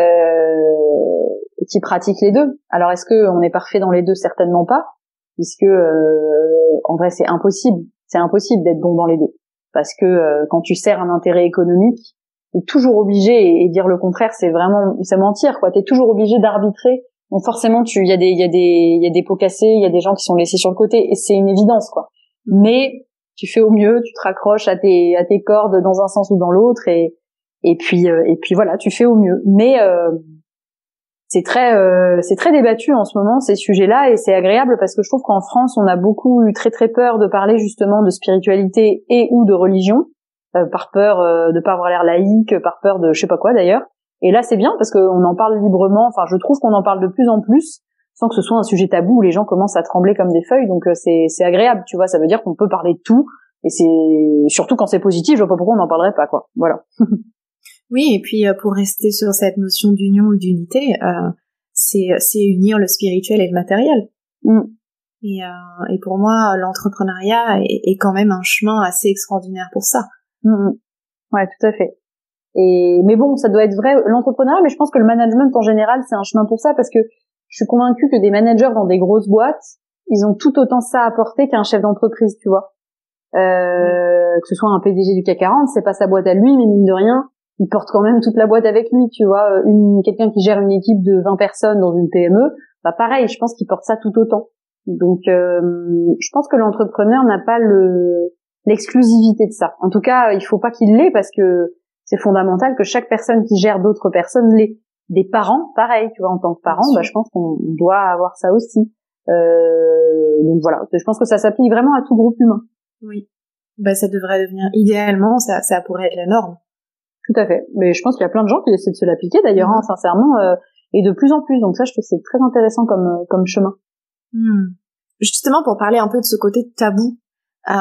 Speaker 2: Euh, qui pratiquent les deux. Alors est-ce que on est parfait dans les deux? Certainement pas, puisque euh, en vrai c'est impossible, c'est impossible d'être bon dans les deux, parce que euh, quand tu sers un intérêt économique, t'es toujours obligé, et, et dire le contraire c'est vraiment c'est mentir quoi. T'es toujours obligé d'arbitrer. Donc forcément tu il y a des il y a des il y a des pots cassés, il y a des gens qui sont laissés sur le côté, et c'est une évidence quoi. Mais tu fais au mieux, tu te raccroches à tes à tes cordes dans un sens ou dans l'autre, et Et puis euh, et puis voilà, tu fais au mieux. Mais euh, c'est très euh, c'est très débattu en ce moment ces sujets-là, et c'est agréable parce que je trouve qu'en France on a beaucoup eu très très peur de parler justement de spiritualité et ou de religion, euh, par peur euh, de pas avoir l'air laïque, par peur de je sais pas quoi d'ailleurs. Et là c'est bien parce qu'on en parle librement. Enfin je trouve qu'on en parle de plus en plus sans que ce soit un sujet tabou où les gens commencent à trembler comme des feuilles. Donc euh, c'est c'est agréable, tu vois. Ça veut dire qu'on peut parler de tout, et c'est surtout quand c'est positif. Je vois pas pourquoi on n'en parlerait pas quoi. Voilà.
Speaker 1: Oui, et puis euh, pour rester sur cette notion d'union ou d'unité, euh, c'est, c'est unir le spirituel et le matériel.
Speaker 2: Mm.
Speaker 1: Et, euh, et pour moi, l'entrepreneuriat est, est quand même un chemin assez extraordinaire pour ça.
Speaker 2: Mm. Ouais, tout à fait. Et mais bon, ça doit être vrai l'entrepreneuriat, mais je pense que le management en général, c'est un chemin pour ça, parce que je suis convaincue que des managers dans des grosses boîtes, ils ont tout autant ça à apporter qu'un chef d'entreprise, tu vois. Euh, mm. Que ce soit un P D G du C A C quarante, c'est pas sa boîte à lui, mais mine de rien, il porte quand même toute la boîte avec lui, tu vois. Une, quelqu'un qui gère une équipe de vingt personnes dans une P M E, bah pareil, je pense qu'il porte ça tout autant. Donc, euh, je pense que l'entrepreneur n'a pas le l'exclusivité de ça. En tout cas, il faut pas qu'il l'ait, parce que c'est fondamental que chaque personne qui gère d'autres personnes l'ait. Des parents, pareil, tu vois, en tant que parent, bah je pense qu'on doit avoir ça aussi. Euh, donc voilà, je pense que ça s'applique vraiment à tout groupe humain.
Speaker 1: Oui, bah ça devrait devenir idéalement, ça, ça pourrait être la norme.
Speaker 2: Tout à fait. Mais je pense qu'il y a plein de gens qui essaient de se l'appliquer d'ailleurs, mmh. hein, sincèrement, euh, et de plus en plus. Donc ça, je trouve que c'est très intéressant comme euh, comme chemin.
Speaker 1: Mmh. Justement, pour parler un peu de ce côté tabou, euh,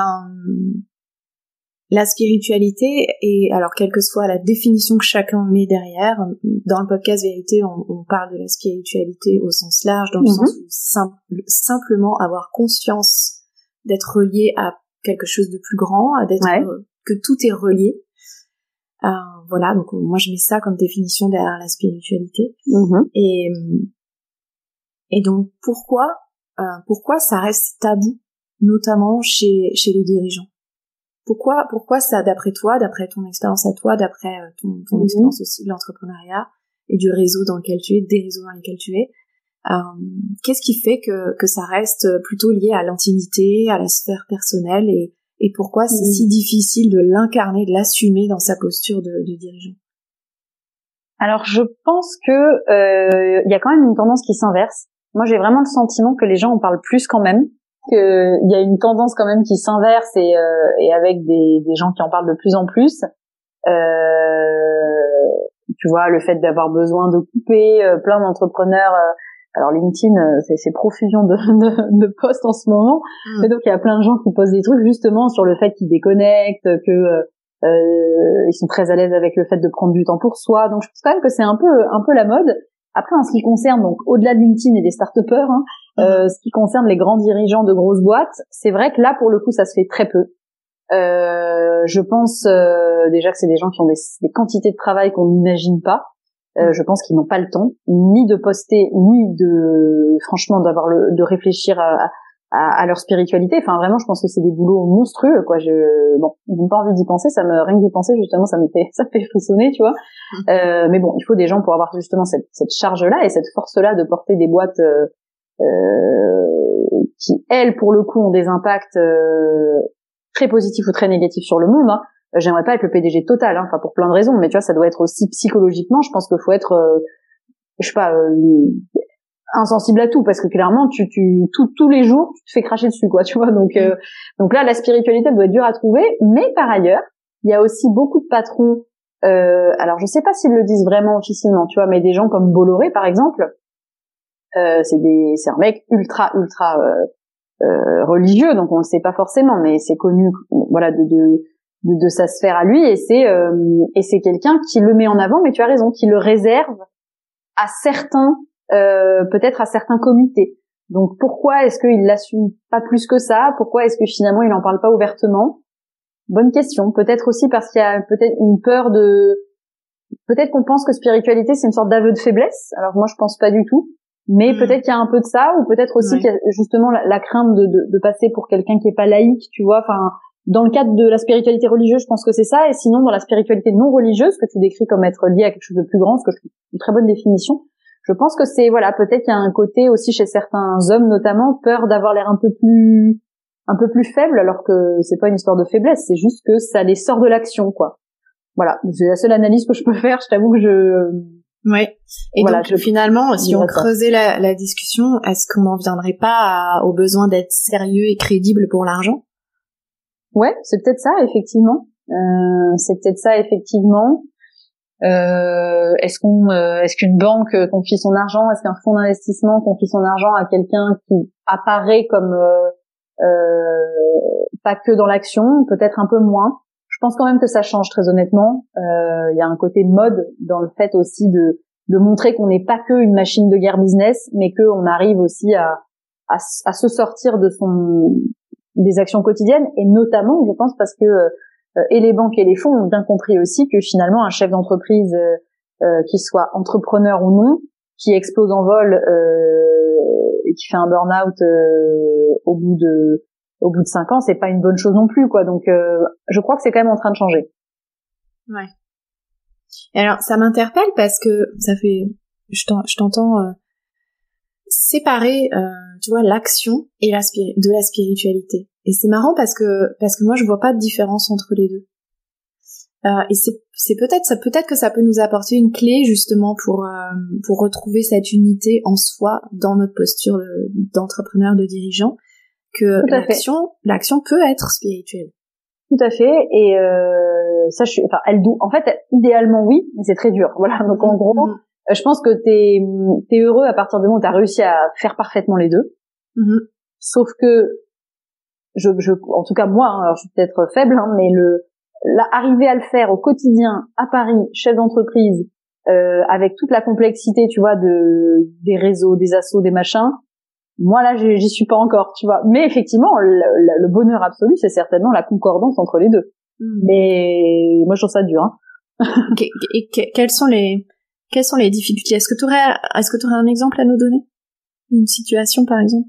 Speaker 1: la spiritualité, et alors quelle que soit la définition que chacun met derrière, dans le podcast Vérité, on, on parle de la spiritualité au sens large, dans le mmh. sens où simple, simplement avoir conscience d'être relié à quelque chose de plus grand, d'être ouais. euh, que tout est relié. Euh, voilà, donc moi je mets ça comme définition derrière la spiritualité. Mmh. Et et donc pourquoi euh, pourquoi ça reste tabou, notamment chez chez les dirigeants? Pourquoi pourquoi ça, d'après toi, d'après ton expérience à toi, d'après ton ton mmh. expérience aussi de l'entrepreneuriat et du réseau dans lequel tu es, des réseaux dans lesquels tu es, euh, qu'est-ce qui fait que que ça reste plutôt lié à l'intimité, à la sphère personnelle, et Et pourquoi c'est mmh. si difficile de l'incarner, de l'assumer dans sa posture de, de dirigeant?
Speaker 2: Alors, je pense que euh, y a quand même une tendance qui s'inverse. Moi, j'ai vraiment le sentiment que les gens en parlent plus quand même, qu'il y a une tendance quand même qui s'inverse, et, euh, et avec des, des gens qui en parlent de plus en plus. Euh, tu vois, le fait d'avoir besoin de couper, euh, plein d'entrepreneurs... Euh, Alors LinkedIn, c'est, c'est profusion de, de, de posts en ce moment. Mmh. Et donc il y a plein de gens qui posent des trucs justement sur le fait qu'ils déconnectent, que euh, ils sont très à l'aise avec le fait de prendre du temps pour soi. Donc je pense quand même que c'est un peu un peu la mode. Après, en ce qui concerne donc au-delà de LinkedIn et des start-upers, hein, mmh. euh, ce qui concerne les grands dirigeants de grosses boîtes, c'est vrai que là pour le coup ça se fait très peu. Euh, je pense euh, déjà que c'est des gens qui ont des, des quantités de travail qu'on n'imagine pas. Euh, je pense qu'ils n'ont pas le temps ni de poster, ni de franchement d'avoir le de réfléchir à, à, à leur spiritualité. Enfin vraiment, je pense que c'est des boulots monstrueux quoi. Je bon, j'ai même pas envie d'y penser. Ça me rien que d'y penser justement, ça me fait ça me fait frissonner, tu vois. Mmh. Euh, mais bon, il faut des gens pour avoir justement cette cette charge là et cette force là de porter des boîtes euh, euh, qui elles pour le coup ont des impacts euh, très positifs ou très négatifs sur le monde. Hein. J'aimerais pas être le P D G total, hein, enfin pour plein de raisons, mais tu vois, ça doit être aussi psychologiquement. Je pense qu'il faut être, euh, je sais pas, euh, insensible à tout, parce que clairement, tu, tu, tout, tous les jours, tu te fais cracher dessus, quoi, tu vois. Donc, euh, donc là, la spiritualité doit être dure à trouver, mais par ailleurs, il y a aussi beaucoup de patrons Euh, alors je sais pas s'ils le disent vraiment officiellement, tu vois, mais des gens comme Bolloré par exemple, euh, c'est des, c'est un mec ultra ultra euh, euh, religieux, donc on le sait pas forcément, mais c'est connu, voilà, de de de, de sa sphère à lui, et c'est euh, et c'est quelqu'un qui le met en avant, mais tu as raison, qui le réserve à certains, euh, peut-être à certains comités. Donc pourquoi est-ce qu'il l'assume pas plus que ça? Pourquoi est-ce que finalement il en parle pas ouvertement? Bonne question. Peut-être aussi parce qu'il y a peut-être une peur de, peut-être qu'on pense que spiritualité c'est une sorte d'aveu de faiblesse. Alors moi je pense pas du tout, mais mmh. peut-être qu'il y a un peu de ça, ou peut-être aussi ouais. qu'il y a justement la, la crainte de, de, de passer pour quelqu'un qui est pas laïque, tu vois. Enfin, dans le cadre de la spiritualité religieuse, je pense que c'est ça, et sinon dans la spiritualité non religieuse, que tu décris comme être lié à quelque chose de plus grand, ce que je trouve une très bonne définition, je pense que c'est, voilà, peut-être qu'il y a un côté aussi chez certains hommes notamment, peur d'avoir l'air un peu plus un peu plus faible, alors que c'est pas une histoire de faiblesse, c'est juste que ça les sort de l'action, quoi. Voilà, c'est la seule analyse que je peux faire, je t'avoue que je...
Speaker 1: Ouais. Et voilà, donc je... finalement, si on creusait la, la discussion, est-ce qu'on n'en viendrait pas à, au besoin d'être sérieux et crédible pour l'argent?
Speaker 2: Ouais, c'est peut-être ça, effectivement. Euh, c'est peut-être ça, effectivement. Euh, est-ce qu'on, euh, est-ce qu'une banque confie son argent, est-ce qu'un fonds d'investissement confie son argent à quelqu'un qui apparaît comme euh, euh, pas que dans l'action, peut-être un peu moins. Je pense quand même que ça change, très honnêtement. Euh, il y a un côté mode dans le fait aussi de de montrer qu'on n'est pas que une machine de guerre business, mais qu'on arrive aussi à, à à se sortir de son des actions quotidiennes, et notamment, je pense, parce que euh, et les banques et les fonds ont bien compris aussi que finalement un chef d'entreprise, euh, euh, qu'il soit entrepreneur ou non, qui explose en vol euh, et qui fait un burn-out euh, au bout de au bout de cinq ans, c'est pas une bonne chose non plus, quoi. Donc euh, je crois que c'est quand même en train de changer.
Speaker 1: Ouais. Et alors ça m'interpelle parce que ça fait je, t'en, je t'entends euh, séparer euh, tu vois, l'action et la spiri- de la spiritualité. Et c'est marrant parce que parce que moi je vois pas de différence entre les deux. Euh, et c'est c'est peut-être ça peut-être que ça peut nous apporter une clé justement pour euh, pour retrouver cette unité en soi dans notre posture de, d'entrepreneur, de dirigeant, que l'action l'action peut être spirituelle.
Speaker 2: Tout à fait. Et euh, ça, je suis, enfin, elle doit. En fait, idéalement oui, mais c'est très dur. Voilà. Donc en gros, mmh. je pense que t'es t'es heureux à partir du moment où t'as réussi à faire parfaitement les deux. Mmh. Sauf que je, je, en tout cas moi, hein, alors je suis peut-être faible, hein, mais le là, arriver à le faire au quotidien à Paris, chef d'entreprise, euh, avec toute la complexité, tu vois, de des réseaux, des assos, des machins. Moi là, j'y suis pas encore, tu vois. Mais effectivement, le, le, le bonheur absolu, c'est certainement la concordance entre les deux. Mmh. Mais moi, je trouve ça dur. Hein.
Speaker 1: et, et, et quelles sont les quelles sont les difficultés? Est-ce que tu aurais est-ce que tu aurais un exemple à nous donner? Une situation, par exemple?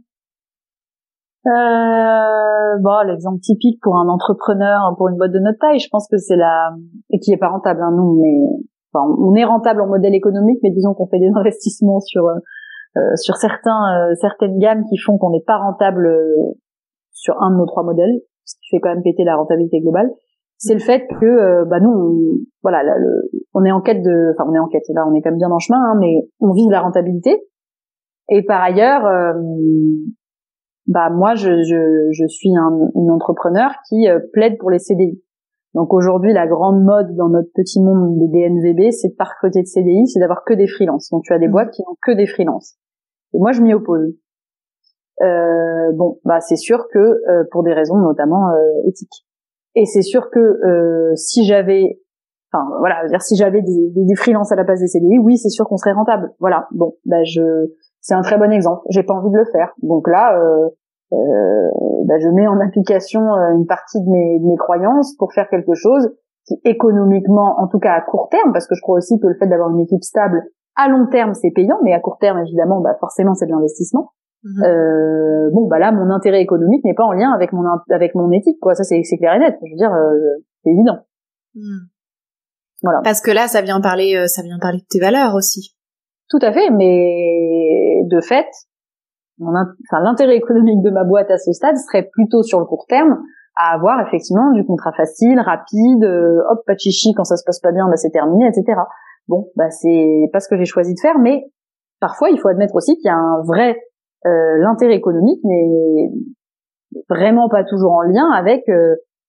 Speaker 2: Euh, bon, l'exemple typique pour un entrepreneur, pour une boîte de notre taille, je pense que c'est la, et qui est pas rentable, hein, nous, mais, enfin, on est rentable en modèle économique, mais disons qu'on fait des investissements sur, euh, sur certains, euh, certaines gammes qui font qu'on n'est pas rentable euh, sur un de nos trois modèles, ce qui fait quand même péter la rentabilité globale. C'est le fait que, euh, bah, nous, on, voilà, là, le, on est en quête de, enfin, on est en quête, là, on est quand même bien dans le chemin, hein, mais on vise la rentabilité. Et par ailleurs, euh, bah moi je je je suis un une entrepreneur qui euh, plaide pour les C D I. Donc aujourd'hui la grande mode dans notre petit monde des D N V B, c'est de pas recruter de C D I, c'est d'avoir que des freelances. Donc tu as des boîtes qui n'ont que des freelances. Et moi je m'y oppose. Euh bon, bah c'est sûr que euh, pour des raisons notamment euh, éthiques. Et c'est sûr que euh, si j'avais enfin voilà, je veux dire si j'avais des, des des freelances à la place des C D I, oui, c'est sûr qu'on serait rentable. Voilà. Bon, bah je c'est un très bon exemple. J'ai pas envie de le faire. Donc là, euh, euh, bah je mets en application une partie de mes, de mes croyances pour faire quelque chose qui économiquement, en tout cas à court terme, parce que je crois aussi que le fait d'avoir une équipe stable à long terme c'est payant, mais à court terme évidemment, bah forcément c'est de l'investissement. Mmh. Euh, bon bah là mon intérêt économique n'est pas en lien avec mon avec mon éthique, quoi. Ça c'est c'est clair et net. Je veux dire, euh, c'est évident. Mmh.
Speaker 1: Voilà. Parce que là ça vient parler, euh, ça vient parler de tes valeurs aussi.
Speaker 2: Tout à fait, mais de fait, mon int- enfin, l'intérêt économique de ma boîte à ce stade serait plutôt sur le court terme à avoir effectivement du contrat facile, rapide, euh, hop, pas de chichi, quand ça se passe pas bien, bah c'est terminé, et cetera. Bon, bah c'est pas ce que j'ai choisi de faire, mais parfois il faut admettre aussi qu'il y a un vrai euh, l'intérêt économique, mais vraiment pas toujours en lien avec euh,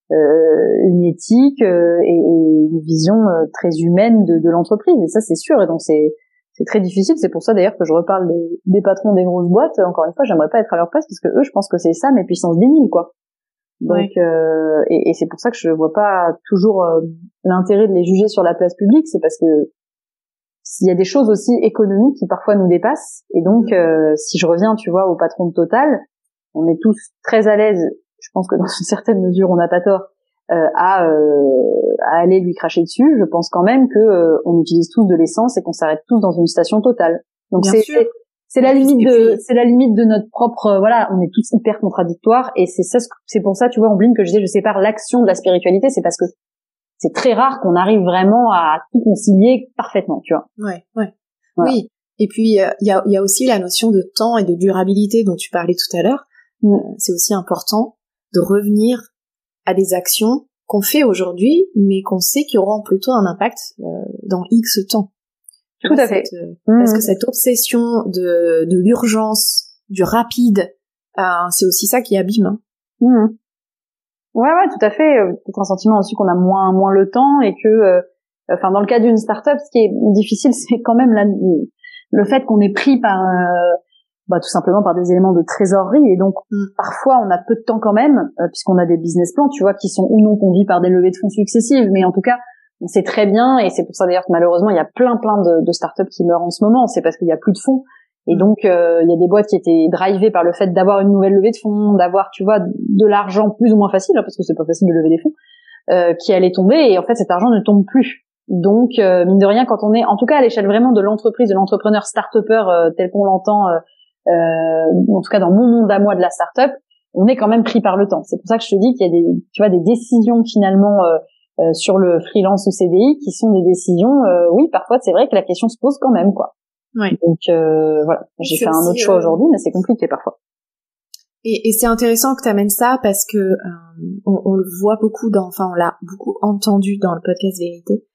Speaker 2: euh, une éthique euh, et, et une vision euh, très humaine de, de l'entreprise. Et ça, c'est sûr. Et donc, c'est c'est très difficile. C'est pour ça, d'ailleurs, que je reparle des, des patrons des grosses boîtes. Encore une fois, j'aimerais pas être à leur place parce que eux, je pense que c'est ça, mais puissance dix mille, quoi. Donc, ouais. euh, et, et c'est pour ça que je vois pas toujours euh, l'intérêt de les juger sur la place publique. C'est parce que s'il y a des choses aussi économiques qui parfois nous dépassent. Et donc, euh, si je reviens, tu vois, au patron de Total, on est tous très à l'aise. Je pense que dans une certaine mesure, on n'a pas tort euh, à, euh, à aller lui cracher dessus. Je pense quand même que euh, on utilise tous de l'essence et qu'on s'arrête tous dans une station Total. Donc c'est c'est, c'est la limite de c'est la limite de notre propre euh, voilà. On est tous hyper contradictoires et c'est ça c'est pour ça, tu vois, Ombline, que je disais, je sépare l'action de la spiritualité. C'est parce que c'est très rare qu'on arrive vraiment à tout concilier parfaitement, tu vois.
Speaker 1: Ouais, ouais. Voilà. Oui. Et puis il euh, y a il y a aussi la notion de temps et de durabilité dont tu parlais tout à l'heure. Mm. Euh, c'est aussi important de revenir à des actions qu'on fait aujourd'hui, mais qu'on sait qui auront plutôt un impact euh, dans X temps.
Speaker 2: Tout à fait.
Speaker 1: Cette, euh, mmh. Parce que cette obsession de, de l'urgence, du rapide, euh, c'est aussi ça qui abîme. Hein.
Speaker 2: Mmh. Ouais, ouais, tout à fait. Peut-être un sentiment aussi qu'on a moins, moins le temps et que, euh, enfin, dans le cas d'une start-up, ce qui est difficile, c'est quand même la, le fait qu'on est pris par euh, bah tout simplement par des éléments de trésorerie et donc mm. parfois on a peu de temps quand même euh, puisqu'on a des business plans, tu vois, qui sont ou non conduits par des levées de fonds successives, mais en tout cas on sait très bien, et c'est pour ça d'ailleurs que malheureusement il y a plein plein de, de startups qui meurent en ce moment, c'est parce qu'il y a plus de fonds et donc euh, il y a des boîtes qui étaient drivées par le fait d'avoir une nouvelle levée de fonds, d'avoir, tu vois, de l'argent plus ou moins facile, hein, parce que c'est pas facile de lever des fonds, euh, qui allait tomber, et en fait cet argent ne tombe plus. Donc euh, mine de rien, quand on est en tout cas à l'échelle vraiment de l'entreprise, de l'entrepreneur start-upper euh, tel qu'on l'entend euh, Euh, en tout cas dans mon monde à moi de la start-up, on est quand même pris par le temps. C'est pour ça que je te dis qu'il y a des, tu vois, des décisions finalement euh, euh, sur le freelance ou C D I qui sont des décisions. Euh, oui, parfois c'est vrai que la question se pose quand même, quoi.
Speaker 1: Ouais.
Speaker 2: Donc euh, voilà, j'ai fait un autre choix euh... aujourd'hui, mais c'est compliqué parfois.
Speaker 1: Et, et c'est intéressant que tu amènes ça parce que euh, on, on le voit beaucoup dans, enfin on l'a beaucoup entendu dans le podcast Vérité.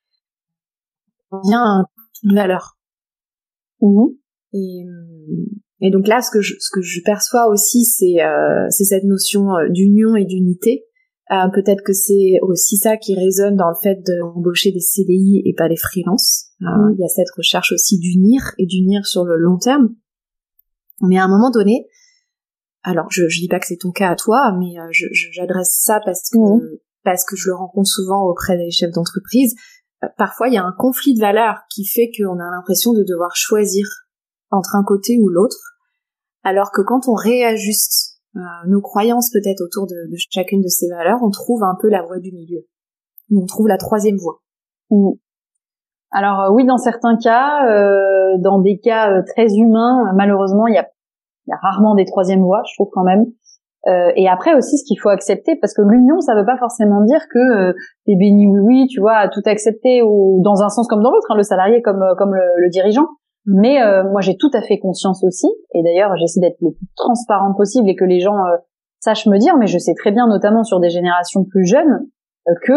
Speaker 1: On vient à un une valeur.
Speaker 2: Mm-hmm.
Speaker 1: Et Et donc là, ce que je, ce que je perçois aussi, c'est, euh, c'est cette notion d'union et d'unité. Euh, peut-être que c'est aussi ça qui résonne dans le fait d'embaucher des C D I et pas des freelances. Euh, mmh. Il y a cette recherche aussi d'unir et d'unir sur le long terme. Mais à un moment donné, alors je, je dis pas que c'est ton cas à toi, mais euh, je, je, j'adresse ça parce que mmh. parce que je le rencontre souvent auprès des chefs d'entreprise. Euh, parfois, il y a un conflit de valeurs qui fait qu'on a l'impression de devoir choisir entre un côté ou l'autre, alors que quand on réajuste euh, nos croyances peut-être autour de, de chacune de ces valeurs, on trouve un peu la voie du milieu, on trouve la troisième voie.
Speaker 2: Mmh. Alors euh, oui, dans certains cas, euh, dans des cas euh, très humains, malheureusement, il y a, il y a rarement des troisièmes voies, je trouve quand même. Euh, et après aussi, ce qu'il faut accepter, parce que l'union, ça veut pas forcément dire que euh, t'es béni oui oui, tu vois, à tout accepter, ou dans un sens comme dans l'autre, hein, le salarié comme comme le, le dirigeant. Mais euh, moi, j'ai tout à fait conscience aussi, et d'ailleurs, j'essaie d'être le plus transparente possible et que les gens euh, sachent me dire, mais je sais très bien, notamment sur des générations plus jeunes, euh, que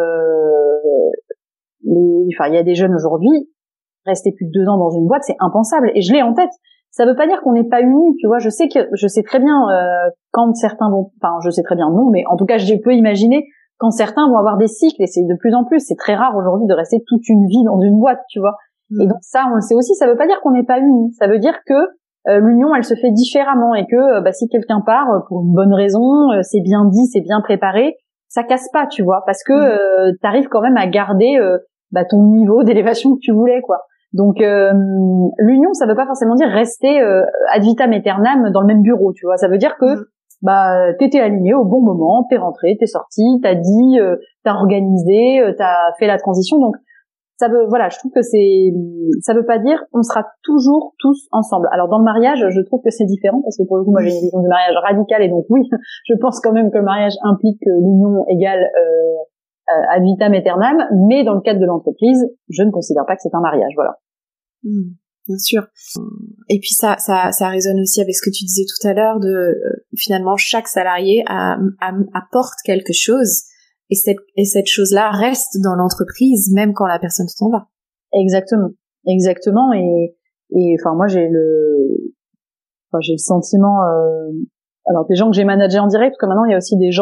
Speaker 2: euh, les, enfin, il y a des jeunes aujourd'hui, rester plus de deux ans dans une boîte, c'est impensable, et je l'ai en tête. Ça veut pas dire qu'on n'est pas unis, tu vois. Je sais que je sais très bien euh, quand certains vont, enfin, je sais très bien non, mais en tout cas, je peux imaginer quand certains vont avoir des cycles, et c'est de plus en plus. C'est très rare aujourd'hui de rester toute une vie dans une boîte, tu vois. Et donc ça, on le sait aussi, ça veut pas dire qu'on n'est pas unis. Ça veut dire que euh, l'union, elle se fait différemment et que euh, bah, si quelqu'un part euh, pour une bonne raison, euh, c'est bien dit, c'est bien préparé, ça casse pas, tu vois, parce que euh, t'arrives quand même à garder euh, bah, ton niveau d'élévation que tu voulais, quoi. Donc euh, l'union, ça veut pas forcément dire rester euh, ad vitam aeternam dans le même bureau, tu vois. Ça veut dire que mmh. bah t'étais aligné au bon moment, t'es rentré, t'es sorti, t'as dit, euh, t'as organisé, euh, t'as fait la transition, donc ça veut, voilà, je trouve que c'est, ça veut pas dire on sera toujours tous ensemble. Alors dans le mariage, je trouve que c'est différent parce que pour le coup, moi j'ai une vision du mariage radicale et donc oui, je pense quand même que le mariage implique l'union égale euh, ad vitam aeternam, mais dans le cadre de l'entreprise, je ne considère pas que c'est un mariage, voilà.
Speaker 1: Mmh, bien sûr. Et puis ça, ça, ça résonne aussi avec ce que tu disais tout à l'heure de euh, finalement chaque salarié a, a, apporte quelque chose. Et cette, et cette chose-là reste dans l'entreprise, même quand la personne s'en va.
Speaker 2: Exactement. Exactement. Et, et, enfin, moi, j'ai le, enfin, j'ai le sentiment, euh, alors, des gens que j'ai managés en direct, parce que maintenant, il y a aussi des gens,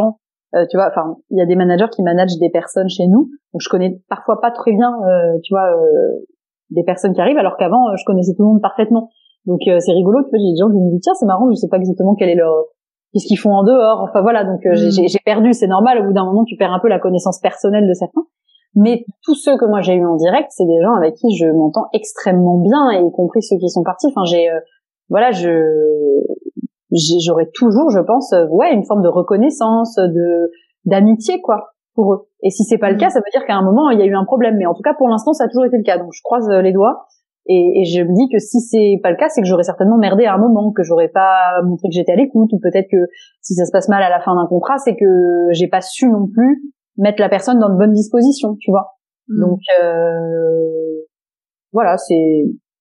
Speaker 2: Euh, tu vois, enfin, il y a des managers qui managent des personnes chez nous, donc je connais parfois pas très bien, euh, tu vois, euh, des personnes qui arrivent, alors qu'avant, euh, je connaissais tout le monde parfaitement. Donc euh, c'est rigolo, tu vois, j'ai des gens qui me disent tiens, c'est marrant, je sais pas exactement quel est leur, qu'est-ce qu'ils font en dehors. Enfin voilà, donc euh, mmh. j'ai, j'ai perdu, c'est normal. Au bout d'un moment, tu perds un peu la connaissance personnelle de certains. Mais tous ceux que moi j'ai eu en direct, c'est des gens avec qui je m'entends extrêmement bien, et y compris ceux qui sont partis. Enfin, j'ai, euh, voilà, je, j'ai, j'aurais toujours, je pense, euh, ouais, une forme de reconnaissance, de d'amitié, quoi, pour eux. Et si c'est pas le cas, ça veut dire qu'à un moment il y a eu un problème. Mais en tout cas, pour l'instant, ça a toujours été le cas. Donc je croise les doigts. Et, et je me dis que si c'est pas le cas, c'est que j'aurais certainement merdé à un moment, que j'aurais pas montré que j'étais à l'écoute, ou peut-être que si ça se passe mal à la fin d'un contrat, c'est que j'ai pas su non plus mettre la personne dans de bonnes dispositions, tu vois. Mmh. Donc euh, voilà, c'est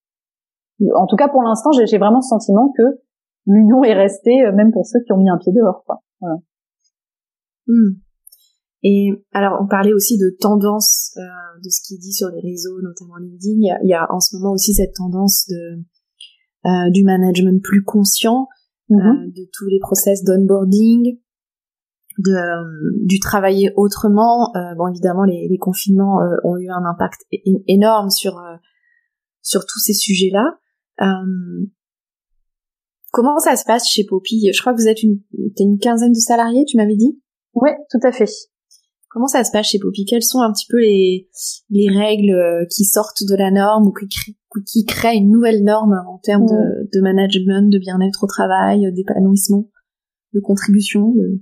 Speaker 2: en tout cas pour l'instant, j'ai, j'ai vraiment ce sentiment que l'union est restée, même pour ceux qui ont mis un pied dehors, quoi. Voilà.
Speaker 1: Mmh. Et alors, on parlait aussi de tendance, euh, de ce qui est dit sur les réseaux, notamment LinkedIn. Il y a, il y a en ce moment aussi cette tendance de euh, du management plus conscient, mmh. euh, de tous les process d'onboarding, de euh, du travailler autrement. Euh, bon, évidemment, les, les confinements euh, ont eu un impact é- énorme sur euh, sur tous ces sujets-là. Euh, comment ça se passe chez Poppy ? Je crois que vous êtes une, t'es une quinzaine de salariés, tu m'avais dit ?
Speaker 2: Oui, tout à fait.
Speaker 1: Comment ça se passe chez Poppy ? Quelles sont un petit peu les, les règles qui sortent de la norme ou qui créent, qui créent une nouvelle norme en termes mmh. de, de management, de bien-être au travail, d'épanouissement, de contribution de...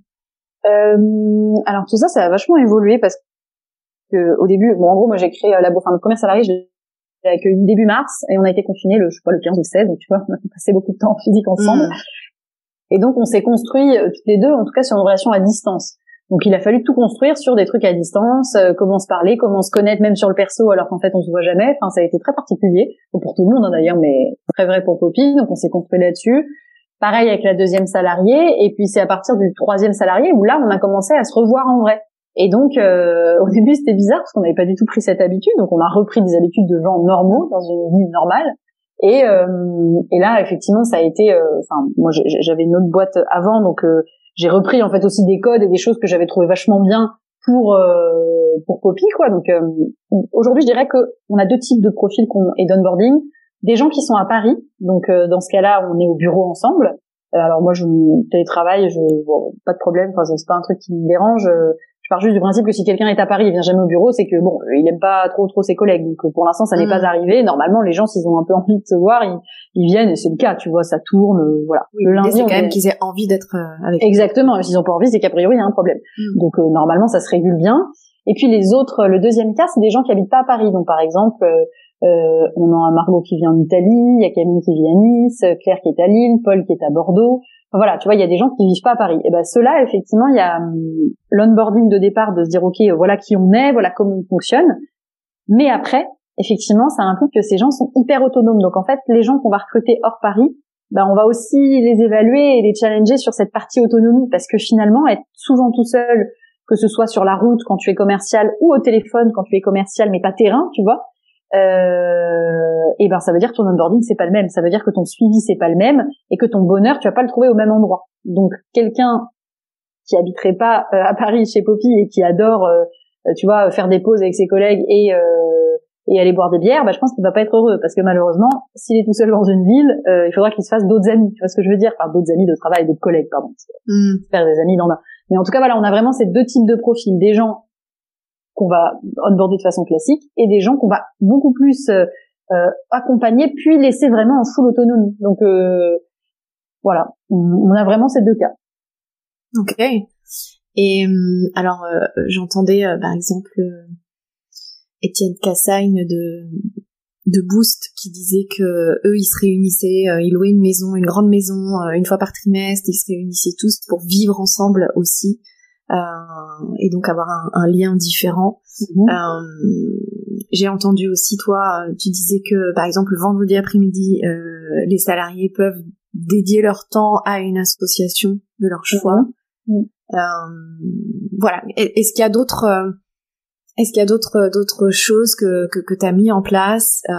Speaker 2: Euh, alors tout ça, ça a vachement évolué parce que au début, bon en gros, moi j'ai créé la enfin le premier salarié, je l'ai accueilli début mars et on a été confinés le je sais pas le quinze ou le seize, donc tu vois, on a passé beaucoup de temps en physique ensemble. Mmh. Et donc on s'est construit toutes les deux, en tout cas sur une relation à distance. Donc il a fallu tout construire sur des trucs à distance, euh, comment se parler, comment se connaître même sur le perso alors qu'en fait on se voit jamais. Enfin ça a été très particulier pour tout le monde hein, d'ailleurs, mais très vrai pour Poppy. Donc on s'est construit là-dessus. Pareil avec la deuxième salariée. Et puis c'est à partir du troisième salarié où là on a commencé à se revoir en vrai. Et donc euh, au début c'était bizarre parce qu'on n'avait pas du tout pris cette habitude. Donc on a repris des habitudes de gens normaux dans une vie normale. Et, euh, et là effectivement ça a été. Enfin euh, moi j'avais une autre boîte avant donc. Euh, j'ai repris en fait aussi des codes et des choses que j'avais trouvé vachement bien pour euh, pour Poppy quoi. Donc euh, aujourd'hui je dirais que on a deux types de profils qu'on et d'onboarding, des gens qui sont à Paris. Donc euh, dans ce cas-là, on est au bureau ensemble. Euh, alors moi je télétravaille, je bon, pas de problème, enfin c'est pas un truc qui me dérange. Je pars juste du principe que si quelqu'un est à Paris et vient jamais au bureau, c'est que bon, il aime pas trop trop ses collègues. Donc pour l'instant, ça n'est mmh. pas arrivé. Normalement, les gens s'ils ont un peu envie de se voir, ils, ils viennent et c'est le cas, tu vois, ça tourne, euh, voilà.
Speaker 1: Oui, le lundi, c'est quand même est... qu'ils aient envie d'être euh, avec.
Speaker 2: Exactement. Et s'ils ont pas envie, c'est qu'a priori il y a un problème. Mmh. Donc euh, normalement, ça se régule bien. Et puis les autres, le deuxième cas, c'est des gens qui habitent pas à Paris. Donc par exemple, euh, euh, on a Margot qui vit en Italie, il y a Camille qui vit à Nice, Claire qui est à Lille, Paul qui est à Bordeaux. Voilà, tu vois, il y a des gens qui vivent pas à Paris. Et ben ceux-là, effectivement, il y a hum, l'onboarding de départ de se dire ok, voilà qui on est, voilà comment on fonctionne. Mais après, effectivement, ça implique que ces gens sont hyper autonomes. Donc en fait, les gens qu'on va recruter hors Paris, ben on va aussi les évaluer et les challenger sur cette partie autonomie parce que finalement, être souvent tout seul, que ce soit sur la route quand tu es commercial ou au téléphone quand tu es commercial mais pas terrain, tu vois. Euh, et ben ça veut dire que ton onboarding c'est pas le même, ça veut dire que ton suivi c'est pas le même et que ton bonheur tu vas pas le trouver au même endroit. Donc quelqu'un qui habiterait pas euh, à Paris chez Poppy et qui adore euh, tu vois faire des pauses avec ses collègues et euh, et aller boire des bières, bah je pense qu'il va pas être heureux parce que malheureusement s'il est tout seul dans une ville, euh, il faudra qu'il se fasse d'autres amis, tu vois ce que je veux dire, enfin d'autres amis de travail, d'autres collègues pardon. Mmh. Faire des amis il en a. Mais en tout cas voilà, on a vraiment ces deux types de profils, des gens qu'on va onboarder de façon classique et des gens qu'on va beaucoup plus euh, euh, accompagner puis laisser vraiment en full autonomie. Donc euh, voilà, on, on a vraiment ces deux cas.
Speaker 1: Ok. Et euh, alors euh, j'entendais euh, par exemple euh, Étienne Cassagne de de Boost qui disait que eux ils se réunissaient, euh, ils louaient une maison, une grande maison euh, une fois par trimestre, ils se réunissaient tous pour vivre ensemble aussi. Euh, et donc avoir un, un lien différent. Mmh. Euh, j'ai entendu aussi toi, tu disais que par exemple le vendredi après-midi, euh, les salariés peuvent dédier leur temps à une association de leur choix. Mmh. Euh, voilà. Est-ce qu'il y a d'autres, euh, est-ce qu'il y a d'autres d'autres choses que que, que t'as mis en place? Euh...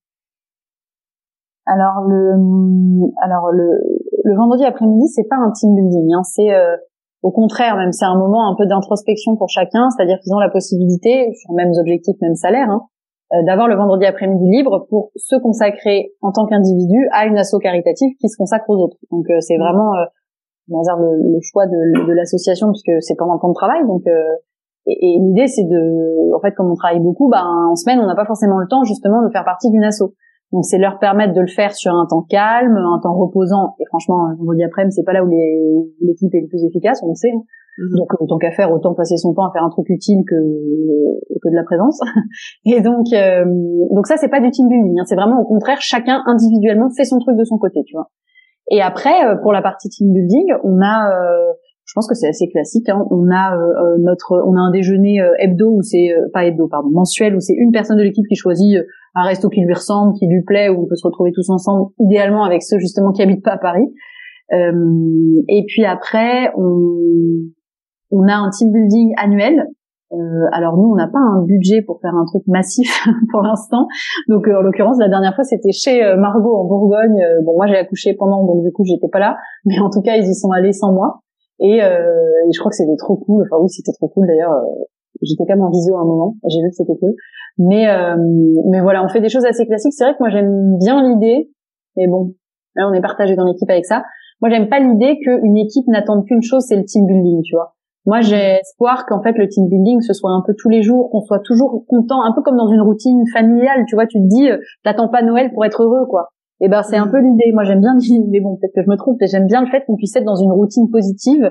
Speaker 2: Alors le alors le le vendredi après-midi c'est pas un team building, hein, c'est euh, Au contraire, même c'est un moment un peu d'introspection pour chacun, c'est-à-dire qu'ils ont la possibilité, sur mêmes objectifs, même salaire, hein, euh, d'avoir le vendredi après-midi libre pour se consacrer en tant qu'individu à une asso caritative qui se consacre aux autres. Donc euh, c'est vraiment euh, dans le, le choix de, de l'association, puisque c'est pendant le temps de travail. Donc euh, et, et l'idée c'est de, en fait, comme on travaille beaucoup, ben en semaine on n'a pas forcément le temps justement de faire partie d'une asso. Donc c'est leur permettre de le faire sur un temps calme, un temps reposant. Et franchement, vendredi après-midi, c'est pas là où les, l'équipe est le plus efficace, on le sait. Mm-hmm. Donc autant qu'à faire, autant passer son temps à faire un truc utile que que de la présence. Et donc euh, donc ça c'est pas du team building, hein. C'est vraiment au contraire, chacun individuellement fait son truc de son côté, tu vois. Et après, pour la partie team building, on a, euh, je pense que c'est assez classique, hein, on a euh, notre, on a un déjeuner euh, hebdo où c'est euh, pas hebdo, pardon, mensuel, où c'est une personne de l'équipe qui choisit euh, un resto qui lui ressemble, qui lui plaît, où on peut se retrouver tous ensemble, idéalement avec ceux justement qui habitent pas à Paris. Euh, et puis après, on, on a un team building annuel. Euh, alors nous, on n'a pas un budget pour faire un truc massif pour l'instant. Donc euh, en l'occurrence, la dernière fois, c'était chez euh, Margot en Bourgogne. Euh, bon, moi j'ai accouché pendant, donc du coup j'étais pas là. Mais en tout cas, ils y sont allés sans moi. Et, euh, et je crois que c'était trop cool. Enfin oui, c'était trop cool d'ailleurs. Euh, j'étais quand même en visio à un moment. J'ai vu que c'était cool. Mais euh, mais voilà, on fait des choses assez classiques. C'est vrai que moi j'aime bien l'idée. Mais bon, là on est partagé dans l'équipe avec ça. Moi j'aime pas l'idée qu'une équipe n'attende qu'une chose, c'est le team building, tu vois. Moi, j'ai espoir qu'en fait le team building ce soit un peu tous les jours, qu'on soit toujours content, un peu comme dans une routine familiale, tu vois. Tu te dis, euh, t'attends pas Noël pour être heureux, quoi. Et ben c'est un peu l'idée. Moi, j'aime bien, mais bon, peut-être que je me trompe, mais j'aime bien le fait qu'on puisse être dans une routine positive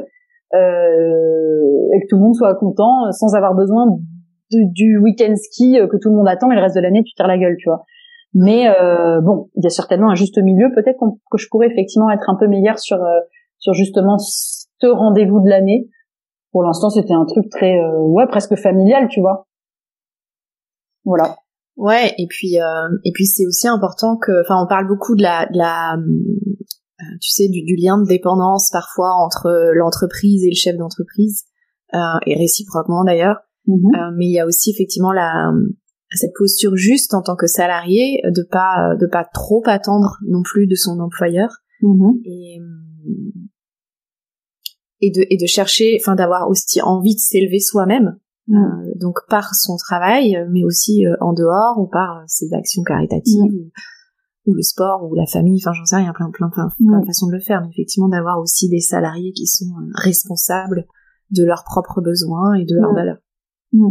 Speaker 2: euh, et que tout le monde soit content, sans avoir besoin de, du week-end ski que tout le monde attend et le reste de l'année tu tires la gueule, tu vois. Mais euh, bon, il y a certainement un juste milieu. Peut-être qu'on, que je pourrais effectivement être un peu meilleure sur euh, sur justement ce rendez-vous de l'année. Pour l'instant, c'était un truc très, euh, ouais, presque familial, tu vois. Voilà.
Speaker 1: Ouais, et puis, euh, et puis c'est aussi important que, enfin, on parle beaucoup de la, de la, euh, tu sais, du, du lien de dépendance parfois entre l'entreprise et le chef d'entreprise, euh, et réciproquement d'ailleurs. Mm-hmm. Euh, mais il y a aussi effectivement la, cette posture juste en tant que salarié de pas, de pas trop attendre non plus de son employeur. Mm-hmm. Et et de et de chercher, enfin d'avoir aussi envie de s'élever soi-même, mmh. euh, donc par son travail, mais aussi euh, en dehors ou par euh, ses actions caritatives mmh. ou, ou le sport ou la famille, enfin j'en sais rien, plein plein plein, plein mmh. de façons de le faire, mais effectivement d'avoir aussi des salariés qui sont euh, responsables de leurs propres besoins et de leurs mmh. valeurs.
Speaker 2: Mmh.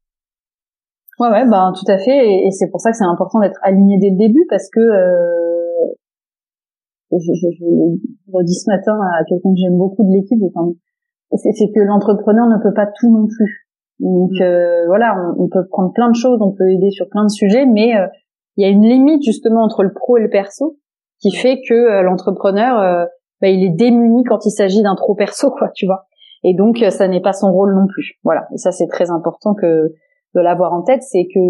Speaker 2: Ouais ouais, bah tout à fait, et, et c'est pour ça que c'est important d'être aligné dès le début, parce que euh, Je, je, je l'ai redit ce matin à quelqu'un que j'aime beaucoup de l'équipe, enfin, c'est, c'est que l'entrepreneur ne peut pas tout non plus. Donc mmh. euh, voilà, on, on peut prendre plein de choses, on peut aider sur plein de sujets, mais euh, il y a une limite justement entre le pro et le perso qui fait que euh, l'entrepreneur, euh, bah, il est démuni quand il s'agit d'un trop perso, quoi, tu vois. Et donc euh, ça n'est pas son rôle non plus. Voilà. Et ça c'est très important que de l'avoir en tête, c'est que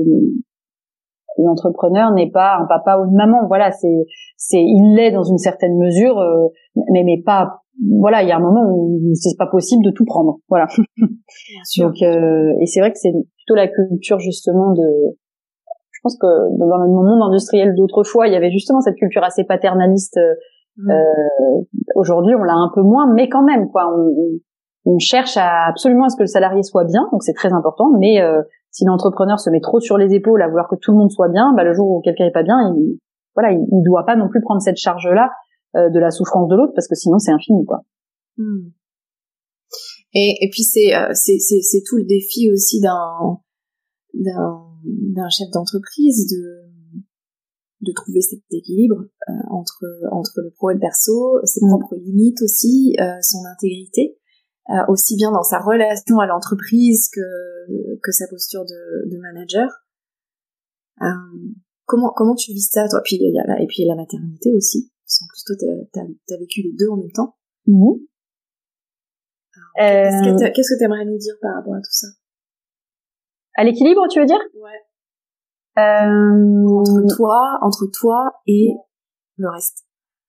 Speaker 2: l'entrepreneur n'est pas un papa ou une maman, voilà, c'est c'est il l'est dans une certaine mesure, euh, mais mais pas, voilà, il y a un moment où c'est pas possible de tout prendre, voilà. Bien sûr. Donc euh, et c'est vrai que c'est plutôt la culture justement de, je pense que dans le monde industriel d'autrefois, il y avait justement cette culture assez paternaliste. Mmh. Euh, aujourd'hui, on l'a un peu moins, mais quand même, quoi, on, on cherche à absolument à ce que le salarié soit bien, donc c'est très important, mais euh, si l'entrepreneur se met trop sur les épaules à vouloir que tout le monde soit bien, bah le jour où quelqu'un est pas bien, il voilà, il, il doit pas non plus prendre cette charge-là euh, de la souffrance de l'autre, parce que sinon c'est infini, quoi.
Speaker 1: Hmm. Et, et puis c'est, euh, c'est c'est c'est tout le défi aussi d'un d'un d'un chef d'entreprise de de trouver cet équilibre euh, entre entre le pro et le perso, ses mmh. propres limites aussi, euh, son intégrité. Euh, aussi bien dans sa relation à l'entreprise que que sa posture de, de manager. Euh, comment comment tu vis ça, toi? Puis il y a la, et puis la maternité aussi. Parce qu'en plus toi t'as, t'as, t'as vécu les deux en même temps.
Speaker 2: Mmh.
Speaker 1: Alors, qu'est-ce que t'a, qu'est-ce que t'aimerais nous dire par rapport à tout ça?
Speaker 2: À l'équilibre, tu veux dire?
Speaker 1: Ouais. Euh... Entre toi, entre toi et le reste.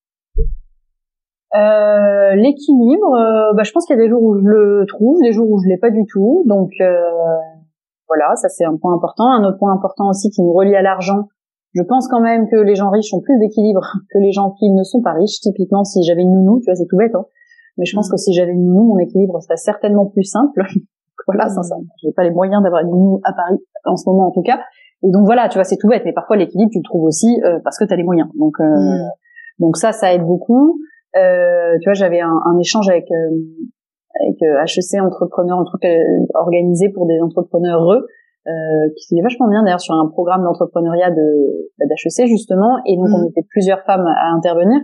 Speaker 2: Euh, l'équilibre, euh, bah, je pense qu'il y a des jours où je le trouve, des jours où je l'ai pas du tout. Donc euh, voilà, ça c'est un point important. Un autre point important aussi qui nous relie à l'argent. Je pense quand même que les gens riches ont plus d'équilibre que les gens qui ne sont pas riches. Typiquement, si j'avais une nounou, tu vois, c'est tout bête, hein. Mais je pense
Speaker 1: mmh.
Speaker 2: que si j'avais une nounou, mon équilibre serait certainement plus simple. Voilà, mmh. sincèrement, j'ai pas les moyens d'avoir une nounou à Paris en ce moment en tout cas. Et donc voilà, tu vois, c'est tout bête, mais parfois l'équilibre tu le trouves aussi euh, parce que t'as les moyens. Donc euh, mmh. donc ça, ça aide beaucoup. Euh, tu vois, j'avais un, un échange avec euh, avec euh, H E C entrepreneurs, un truc euh, organisé pour des entrepreneurs heureux, euh, qui était vachement bien d'ailleurs sur un programme d'entrepreneuriat de d'H E C justement. Et donc mmh. on était plusieurs femmes à intervenir.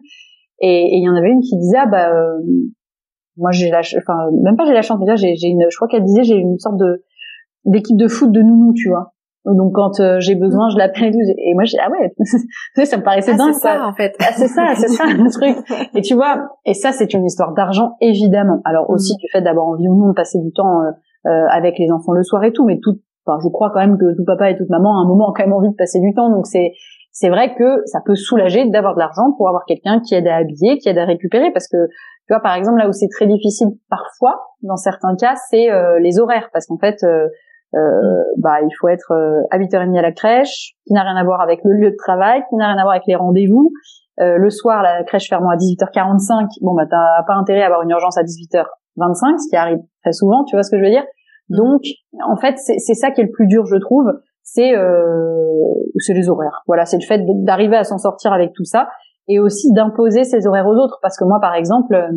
Speaker 2: Et il y en avait une qui disait ah bah euh, moi j'ai la, enfin même pas j'ai la chance déjà j'ai, j'ai une, je crois qu'elle disait j'ai une sorte de d'équipe de foot de nounou tu vois. Donc quand euh, j'ai besoin je l'appelle et tout. Et moi j'ai ah ouais ça me paraissait
Speaker 1: ah,
Speaker 2: dingue
Speaker 1: c'est ça
Speaker 2: quoi.
Speaker 1: en fait.
Speaker 2: Ah, c'est ça c'est ça le truc. Et tu vois et ça c'est une histoire d'argent évidemment. Alors aussi mmh. du fait d'avoir envie ou non de passer du temps euh, euh, avec les enfants le soir et tout, mais tout enfin je crois quand même que tout papa et toute maman à un moment ont quand même envie de passer du temps. Donc c'est c'est vrai que ça peut soulager d'avoir de l'argent pour avoir quelqu'un qui aide à habiller, qui aide à récupérer, parce que tu vois par exemple là où c'est très difficile parfois dans certains cas c'est euh, les horaires, parce qu'en fait euh, euh, bah il faut être euh, à huit heures trente à la crèche, qui n'a rien à voir avec le lieu de travail, qui n'a rien à voir avec les rendez-vous. Euh, le soir la crèche ferme à dix-huit heures quarante-cinq, bon bah t'as pas intérêt à avoir une urgence à dix-huit heures vingt-cinq, ce qui arrive très souvent, tu vois ce que je veux dire. Donc en fait c'est, c'est ça qui est le plus dur je trouve. C'est euh, c'est les horaires. Voilà, c'est le fait d'arriver à s'en sortir avec tout ça et aussi d'imposer ses horaires aux autres. Parce que moi, par exemple, euh,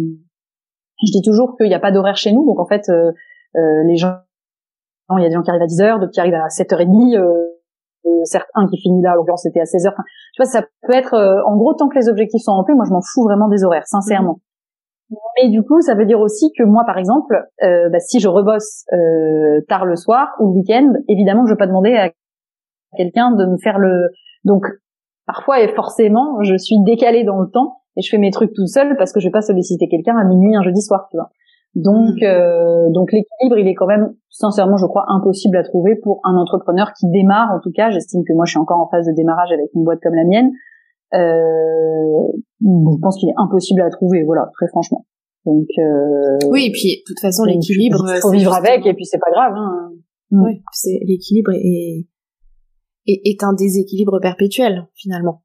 Speaker 2: je dis toujours qu'il n'y a pas d'horaire chez nous. Donc en fait, euh, euh, les gens, il y a des gens qui arrivent à dix heures, d'autres qui arrivent à sept heures trente, euh, euh, certains qui finissent là, en l'occurrence c'était à seize heures. Enfin, tu vois, ça peut être, euh, en gros, tant que les objectifs sont remplis, moi je m'en fous vraiment des horaires, sincèrement. Mmh. Mais du coup, ça veut dire aussi que moi, par exemple, euh, bah, si je rebosse euh, tard le soir ou le week-end, évidemment, je vais pas demander à quelqu'un de me faire le donc parfois et forcément je suis décalée dans le temps et je fais mes trucs tout seul parce que je vais pas solliciter quelqu'un à minuit un jeudi soir tu vois donc mmh. euh, donc l'équilibre il est quand même sincèrement je crois impossible à trouver pour un entrepreneur qui démarre. En tout cas j'estime que moi je suis encore en phase de démarrage avec une boîte comme la mienne. euh, je pense qu'il est impossible à trouver, voilà, très franchement. Donc euh,
Speaker 1: oui, et puis de toute façon l'équilibre
Speaker 2: il faut vivre justement... avec et puis c'est pas grave hein.
Speaker 1: Oui, c'est l'équilibre est Et est un déséquilibre perpétuel finalement.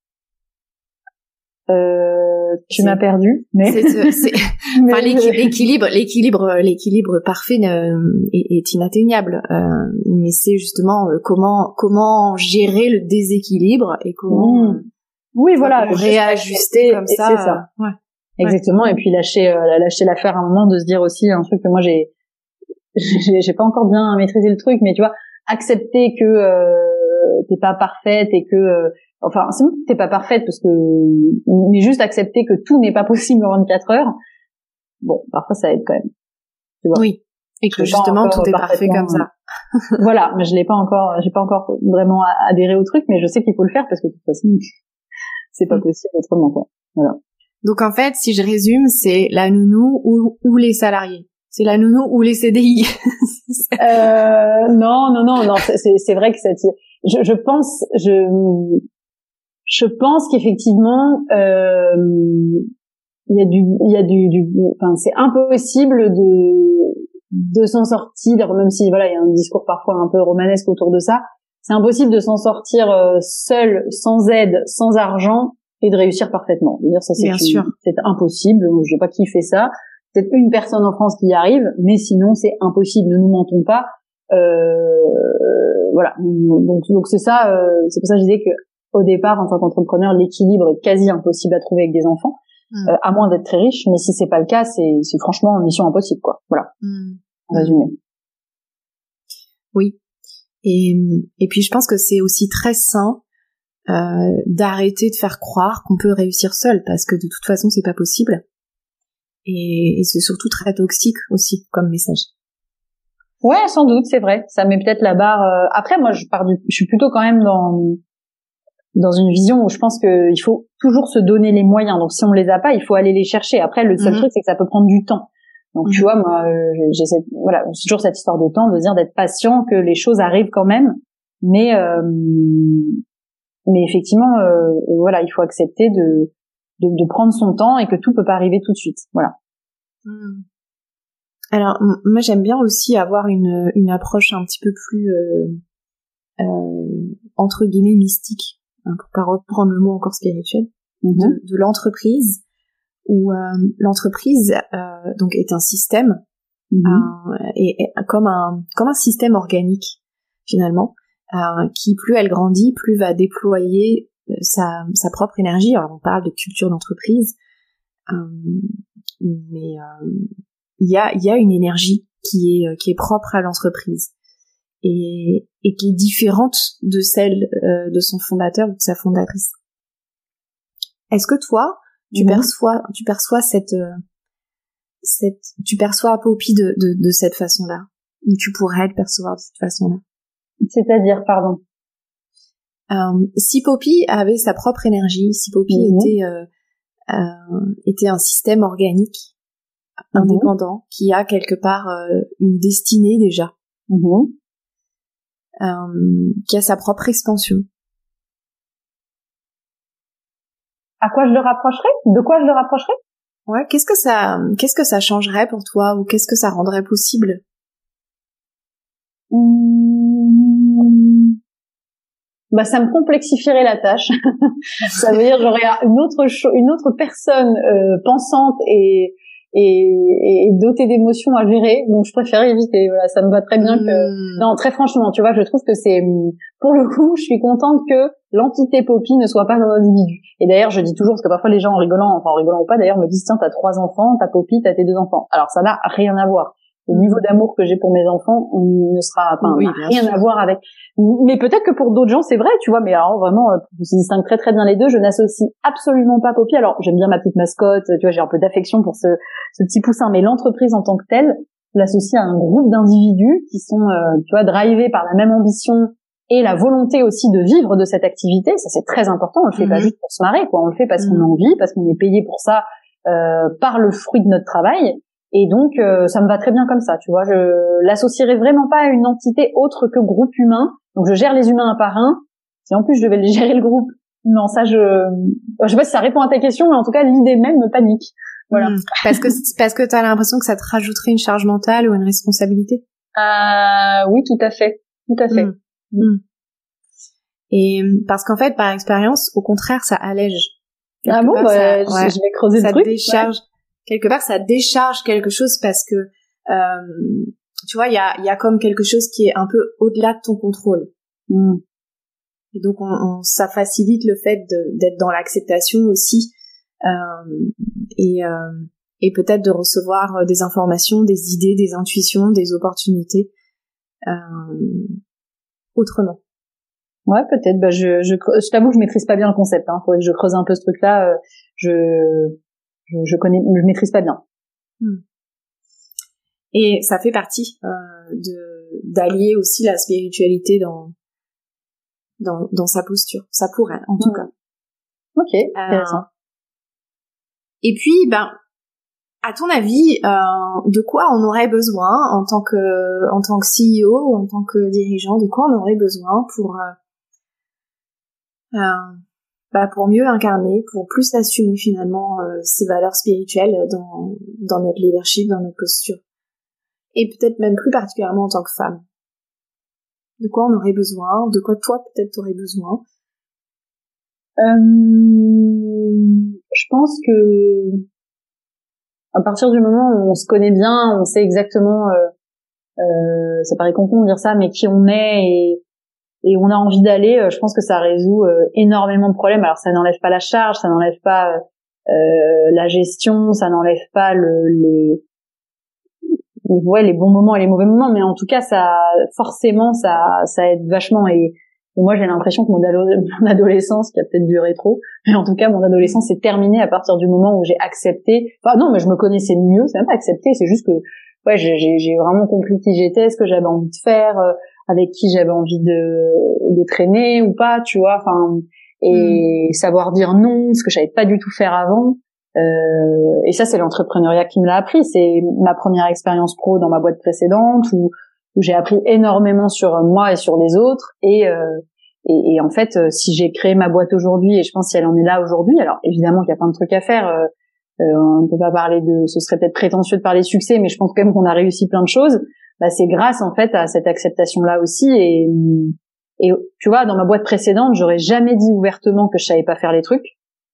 Speaker 2: Euh, tu c'est, m'as perdu, mais, c'est, c'est, c'est,
Speaker 1: mais enfin, l'équilibre, l'équilibre, l'équilibre parfait euh, est, est inatteignable. Euh, mais c'est justement euh, comment comment gérer le déséquilibre et comment
Speaker 2: mmh. oui voilà
Speaker 1: réajuster comme ça.
Speaker 2: C'est ça. Euh, ouais. Exactement. Ouais. Et puis lâcher euh, lâcher l'affaire à un moment, de se dire aussi un truc que moi j'ai j'ai, j'ai pas encore bien maîtrisé le truc, mais tu vois accepter que euh, t'es pas parfaite et que euh, enfin c'est bon que t'es pas parfaite parce que mais juste accepter que tout n'est pas possible en vingt-quatre heures. Bon, parfois ça aide quand même. Tu vois.
Speaker 1: Oui. Et que justement tout est parfait comme ça.
Speaker 2: Voilà, mais je l'ai pas encore j'ai pas encore vraiment adhéré au truc, mais je sais qu'il faut le faire parce que de toute façon c'est pas possible autrement quoi. Voilà.
Speaker 1: Donc en fait, si je résume, c'est la nounou ou ou les salariés. C'est la nounou ou les C D I.
Speaker 2: euh, non, non, non, non. C'est, c'est vrai que cette, je, je pense, je, je pense qu'effectivement, euh, il y a du, il y a du, du, enfin, c'est impossible de, de s'en sortir, même si voilà, il y a un discours parfois un peu romanesque autour de ça. C'est impossible de s'en sortir euh, seul, sans aide, sans argent, et de réussir parfaitement. Je veux dire, ça, c'est,
Speaker 1: Bien une, sûr.
Speaker 2: C'est impossible. Je sais pas qui fait ça. Peut-être une personne en France qui y arrive, mais sinon c'est impossible, ne nous mentons pas. Euh, voilà, donc donc c'est ça, euh, c'est pour ça que je disais que au départ en tant qu'entrepreneur l'équilibre est quasi impossible à trouver avec des enfants, mmh. euh, à moins d'être très riche. Mais si c'est pas le cas, c'est c'est franchement une mission impossible quoi. Voilà, mmh. en résumé.
Speaker 1: Oui, et et puis je pense que c'est aussi très sain euh, d'arrêter de faire croire qu'on peut réussir seul, parce que de toute façon c'est pas possible. Et, et c'est surtout très toxique aussi comme message.
Speaker 2: Ouais, sans doute, c'est vrai. Ça met peut-être la barre. Euh... Après, moi, je pars du, je suis plutôt quand même dans dans une vision où je pense que il faut toujours se donner les moyens. Donc, si on les a pas, il faut aller les chercher. Après, le seul mm-hmm. truc, c'est que ça peut prendre du temps. Donc, mm-hmm. tu vois, moi, j'ai cette, voilà, c'est toujours cette histoire de temps, de dire d'être patient, que les choses arrivent quand même. Mais, euh... mais effectivement, euh, voilà, il faut accepter de De, de prendre son temps et que tout peut pas arriver tout de suite. Voilà.
Speaker 1: Mmh. Alors, m- moi, j'aime bien aussi avoir une, une approche un petit peu plus, euh, euh, entre guillemets, mystique, hein, pour pas reprendre le mot encore spirituel, mmh. de, de l'entreprise, où euh, l'entreprise euh, donc est un système, mmh. euh, et, et comme un comme un système organique finalement, euh, qui plus elle grandit, plus va déployer sa sa propre énergie. Alors on parle de culture d'entreprise, euh, mais il euh, y a il y a une énergie qui est qui est propre à l'entreprise et et qui est différente de celle euh, de son fondateur ou de sa fondatrice. Est-ce que toi tu mmh. perçois tu perçois cette euh, cette tu perçois Poppy de de de cette façon-là, ou tu pourrais le percevoir de cette façon-là?
Speaker 2: C'est-à-dire, pardon.
Speaker 1: Euh, si Poppy avait sa propre énergie, si Poppy mmh. était euh, euh, était un système organique mmh. indépendant qui a quelque part euh, une destinée déjà, mmh. euh, qui a sa propre expansion.
Speaker 2: À quoi je le rapprocherais? De quoi je le rapprocherais?
Speaker 1: Ouais, qu'est-ce que ça qu'est-ce que ça changerait pour toi, ou qu'est-ce que ça rendrait possible?
Speaker 2: Mmh. Bah, ça me complexifierait la tâche. Ça veut dire j'aurais une autre cho- une autre personne euh, pensante et, et, et dotée d'émotions à gérer. Donc je préfère éviter. Voilà, ça me va très bien que. Non, très franchement, tu vois, je trouve que c'est, pour le coup, je suis contente que l'entité Poppy ne soit pas un individu. Et d'ailleurs, je dis toujours, parce que parfois les gens en rigolant, enfin en rigolant ou pas, d'ailleurs, me disent tiens, t'as trois enfants, t'as Poppy, t'as tes deux enfants. Alors ça n'a rien à voir. Le niveau d'amour que j'ai pour mes enfants ne sera, enfin,
Speaker 1: oui,
Speaker 2: rien
Speaker 1: sûr.
Speaker 2: à voir avec. Mais peut-être que pour d'autres gens c'est vrai, tu vois. Mais alors vraiment, je distingue très très bien les deux. Je n'associe absolument pas Poppy. Alors j'aime bien ma petite mascotte, tu vois, j'ai un peu d'affection pour ce, ce petit poussin. Mais l'entreprise en tant que telle, je l'associe à un groupe d'individus qui sont, euh, tu vois, drivés par la même ambition et la volonté aussi de vivre de cette activité. Ça c'est très important. On le fait mmh. pas juste pour se marrer, quoi. On le fait parce mmh. qu'on a envie, parce qu'on est payé pour ça euh, par le fruit de notre travail. Et donc, euh, ça me va très bien comme ça, tu vois. Je l'associerais vraiment pas à une entité autre que groupe humain. Donc, je gère les humains un par un. Si en plus je devais gérer le groupe, non, ça, je, je sais pas si ça répond à ta question, mais en tout cas, l'idée même me panique. Voilà.
Speaker 1: Mmh. Parce que parce que t'as l'impression que ça te rajouterait une charge mentale ou une responsabilité.
Speaker 2: Euh, oui, tout à fait, tout à fait.
Speaker 1: Mmh. Mmh. Et parce qu'en fait, par expérience, au contraire, ça allège.
Speaker 2: Quelque ah bon, bah, ça, ouais, je vais creuser
Speaker 1: ça
Speaker 2: le truc.
Speaker 1: Décharge. Ouais. Quelque part, ça décharge quelque chose parce que, euh, tu vois, il y a, il y a comme quelque chose qui est un peu au-delà de ton contrôle.
Speaker 2: Mm.
Speaker 1: Et donc, on, on, ça facilite le fait de, d'être dans l'acceptation aussi, euh, et, euh, et peut-être de recevoir des informations, des idées, des intuitions, des opportunités, euh, autrement.
Speaker 2: Ouais, peut-être. Bah, je, je, je t'avoue que je maîtrise pas bien le concept. Hein. Faudrait que je creuse un peu ce truc-là. Euh, je Je, je connais, je maîtrise pas bien.
Speaker 1: Et ça fait partie euh, de d'allier aussi la spiritualité dans dans dans sa posture. Ça pourrait, en tout mmh. cas.
Speaker 2: Ok, intéressant. Euh,
Speaker 1: et puis, ben, à ton avis, euh, de quoi on aurait besoin en tant que en tant que C E O ou en tant que dirigeant, de quoi on aurait besoin pour euh, euh, bah pour mieux incarner, pour plus assumer finalement euh, ces valeurs spirituelles dans dans notre leadership, dans notre posture, et peut-être même plus particulièrement en tant que femme. De quoi on aurait besoin, de quoi toi peut-être t'aurais besoin?
Speaker 2: Euh, je pense que à partir du moment où on se connaît bien, on sait exactement, euh, euh, ça paraît con de dire ça, mais qui on est et et on a envie d'aller, je pense que ça résout euh, énormément de problèmes. Alors ça n'enlève pas la charge, ça n'enlève pas euh, la gestion, ça n'enlève pas le, les ouais les bons moments et les mauvais moments, mais en tout cas ça forcément ça ça aide vachement. Et, et moi j'ai l'impression que mon, ado- mon adolescence, qui a peut-être duré trop, mais en tout cas mon adolescence est terminée à partir du moment où j'ai accepté. Enfin non, mais je me connaissais mieux, c'est même pas accepté, c'est juste que ouais j'ai j'ai vraiment compris qui j'étais, ce que j'avais envie de faire. Euh, avec qui j'avais envie de, de traîner ou pas, tu vois, enfin, et mmh. savoir dire non, ce que je savais pas du tout faire avant. Euh, et ça, c'est l'entrepreneuriat qui me l'a appris. C'est ma première expérience pro dans ma boîte précédente où, où j'ai appris énormément sur moi et sur les autres. Et, euh, et, et en fait, si j'ai créé ma boîte aujourd'hui, et je pense si elle en est là aujourd'hui, alors évidemment qu'il y a plein de trucs à faire. Euh, euh, on ne peut pas parler de, ce serait peut-être prétentieux de parler de succès, mais je pense quand même qu'on a réussi plein de choses. Bah, c'est grâce en fait à cette acceptation-là aussi. Et, et tu vois, dans ma boîte précédente, j'aurais jamais dit ouvertement que je savais pas faire les trucs.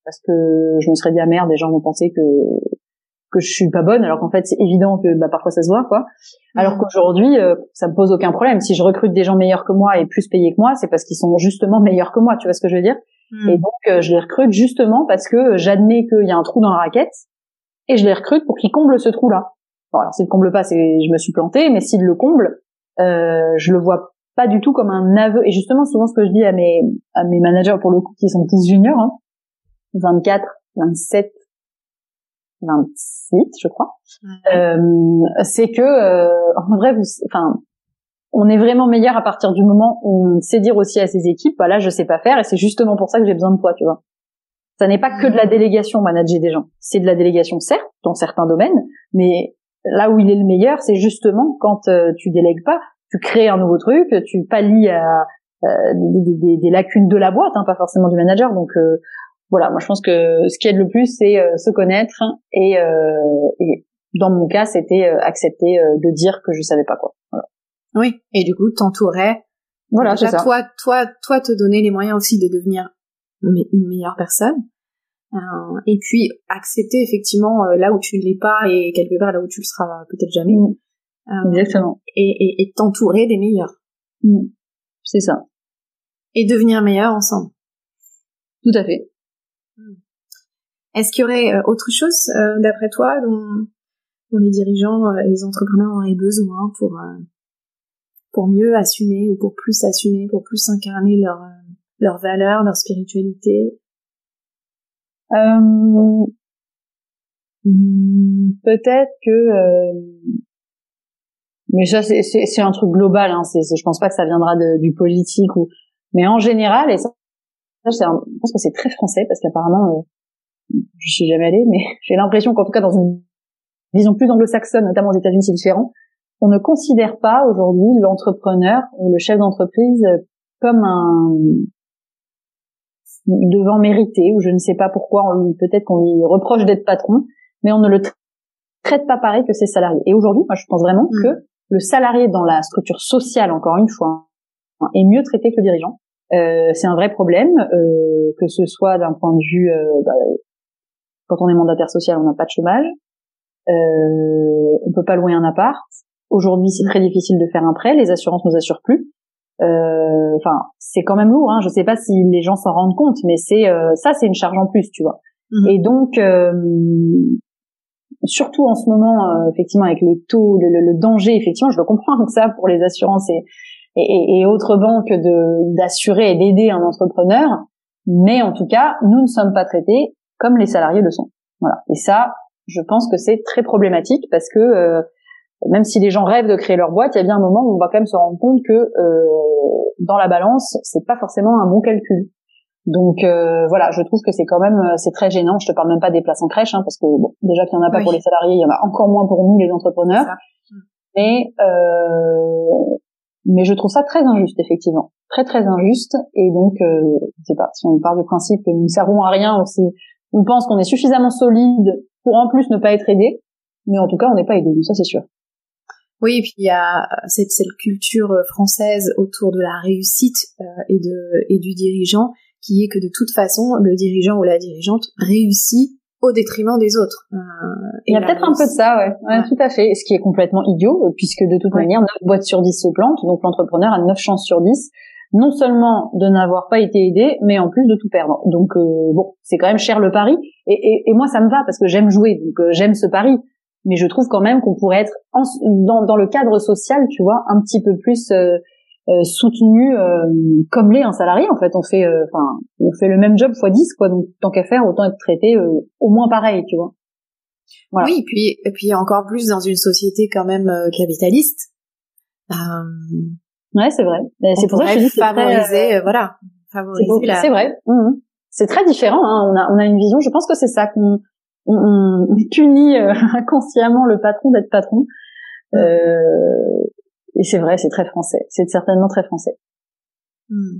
Speaker 2: parce que je me serais dit ah merde, les gens vont penser que que je suis pas bonne, alors qu'en fait c'est évident que bah parfois ça se voit quoi. Alors qu'aujourd'hui euh, ça me pose aucun problème. Si je recrute des gens meilleurs que moi et plus payés que moi, c'est parce qu'ils sont justement meilleurs que moi, tu vois ce que je veux dire. Mmh. Et donc euh, je les recrute justement parce que j'admets qu'il y a un trou dans la raquette et je les recrute pour qu'ils comblent ce trou là. Bon alors s'ils le comblent pas, c'est je me suis plantée, mais s'ils le comblent, euh, je le vois pas du tout comme un aveu. Et justement souvent ce que je dis à mes à mes managers pour le coup qui sont tous juniors, hein, vingt-quatre, vingt-sept, vingt-six, je crois. Mmh. Euh, c'est que, euh, en vrai, vous, enfin, on est vraiment meilleur à partir du moment où on sait dire aussi à ses équipes, bah là, je sais pas faire, et c'est justement pour ça que j'ai besoin de toi, tu vois. Ça n'est pas que de la délégation, manager des gens. C'est de la délégation, certes, dans certains domaines, mais là où il est le meilleur, c'est justement quand euh, tu délègues pas, tu crées un nouveau truc, tu pallies à euh, des, des, des lacunes de la boîte, hein, pas forcément du manager, donc euh, voilà, moi je pense que ce qui aide le plus, c'est euh, se connaître et, euh, et dans mon cas, c'était euh, accepter euh, de dire que je savais pas quoi. Voilà.
Speaker 1: Oui, et du coup, t'entourais.
Speaker 2: Voilà, c'est ça.
Speaker 1: Toi, toi, toi, te donner les moyens aussi de devenir une meilleure personne. Euh, et puis accepter effectivement euh, là où tu ne l'es pas et quelque part là où tu le seras peut-être jamais.
Speaker 2: Mmh.
Speaker 1: Euh,
Speaker 2: Exactement.
Speaker 1: Et, et, et t'entourer des meilleurs.
Speaker 2: Mmh. C'est ça.
Speaker 1: Et devenir meilleur ensemble.
Speaker 2: Tout à fait.
Speaker 1: Est-ce qu'il y aurait euh, autre chose, euh, d'après toi, dont, dont les dirigeants et euh, les entrepreneurs auraient besoin pour euh, pour mieux assumer ou pour plus assumer, pour plus incarner leur euh, leurs valeurs, leur spiritualité?
Speaker 2: euh, Peut-être que, euh, mais ça c'est, c'est c'est un truc global. Hein, c'est, c'est je pense pas que ça viendra de, du politique ou, mais en général, et ça, ça c'est un, je pense que c'est très français parce qu'apparemment. Euh, je suis jamais allée, mais j'ai l'impression qu'en tout cas dans une vision plus anglo-saxonne, notamment aux États-Unis, c'est différent. On ne considère pas aujourd'hui l'entrepreneur ou le chef d'entreprise comme un devant mérité, ou je ne sais pas pourquoi, on lui, peut-être qu'on lui reproche d'être patron, mais on ne le traite pas pareil que ses salariés. Et aujourd'hui, moi je pense vraiment mmh. que le salarié dans la structure sociale, encore une fois, est mieux traité que le dirigeant. Euh, c'est un vrai problème, euh, que ce soit d'un point de vue euh, bah, quand on est mandataire social, on n'a pas de chômage. Euh, on peut pas louer un appart. Aujourd'hui, c'est très difficile de faire un prêt. Les assurances nous assurent plus. Euh, enfin, c'est quand même lourd. Hein. Je sais pas si les gens s'en rendent compte, mais c'est euh, ça, c'est une charge en plus, tu vois. Mmh. Et donc, euh, surtout en ce moment, euh, effectivement, avec les taux, le, le, le danger, effectivement, je le comprends que ça pour les assurances et, et, et autres banques de d'assurer et d'aider un entrepreneur. Mais en tout cas, nous ne sommes pas traités comme les salariés le sont. Voilà. Et ça, je pense que c'est très problématique parce que euh, même si les gens rêvent de créer leur boîte, il y a bien un moment où on va quand même se rendre compte que euh, dans la balance, c'est pas forcément un bon calcul. Donc euh, voilà, je trouve que c'est quand même c'est très gênant. Je te parle même pas des places en crèche, hein, parce que bon, déjà qu'il y en a pas oui. pour les salariés, il y en a encore moins pour nous les entrepreneurs. Mais euh, mais je trouve ça très injuste, effectivement, très très injuste. Et donc, euh, je sais pas, si on part du principe que nous ne servons à rien aussi. On pense qu'on est suffisamment solide pour en plus ne pas être aidé, mais en tout cas on n'est pas aidé, ça c'est sûr.
Speaker 1: Oui, et puis il y a cette, cette culture française autour de la réussite euh, et de et du dirigeant qui est que de toute façon le dirigeant ou la dirigeante réussit au détriment des autres. Euh,
Speaker 2: il y a peut-être réussite... un peu de ça, ouais. ouais, ouais, tout à fait. Ce qui est complètement idiot, puisque de toute ouais. manière neuf boîtes sur dix se plantent, donc l'entrepreneur a neuf chances sur dix. Non seulement de n'avoir pas été aidé, mais en plus de tout perdre. Donc euh, bon, c'est quand même cher le pari. Et, et, et moi, ça me va parce que j'aime jouer, donc euh, j'aime ce pari. Mais je trouve quand même qu'on pourrait être en, dans, dans le cadre social, tu vois, un petit peu plus euh, euh, soutenu, euh, comme l'est un salarié. En fait, on fait, enfin, euh, on fait le même job fois dix, quoi. Donc tant qu'à faire, autant être traité euh, au moins pareil, tu vois.
Speaker 1: Voilà. Oui, et puis, et puis encore plus dans une société quand même euh, capitaliste. Euh...
Speaker 2: Ouais, c'est vrai. Et c'est pour ça que je dis
Speaker 1: favoriser,
Speaker 2: très,
Speaker 1: euh, voilà, favoriser.
Speaker 2: C'est,
Speaker 1: la...
Speaker 2: c'est vrai. Mmh. C'est très différent. Hein. On a, on a une vision. Je pense que c'est ça qu'on on, on punit euh, inconsciemment le patron d'être patron. Mmh. Euh, et c'est vrai, c'est très français. C'est certainement très français.
Speaker 1: Mmh.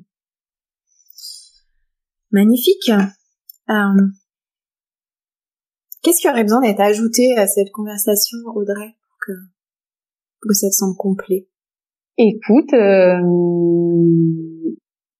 Speaker 1: Magnifique. Euh, qu'est-ce qui aurait besoin d'être ajouté à cette conversation, Audrey, pour que, pour que ça te semble complet?
Speaker 2: Écoute, euh,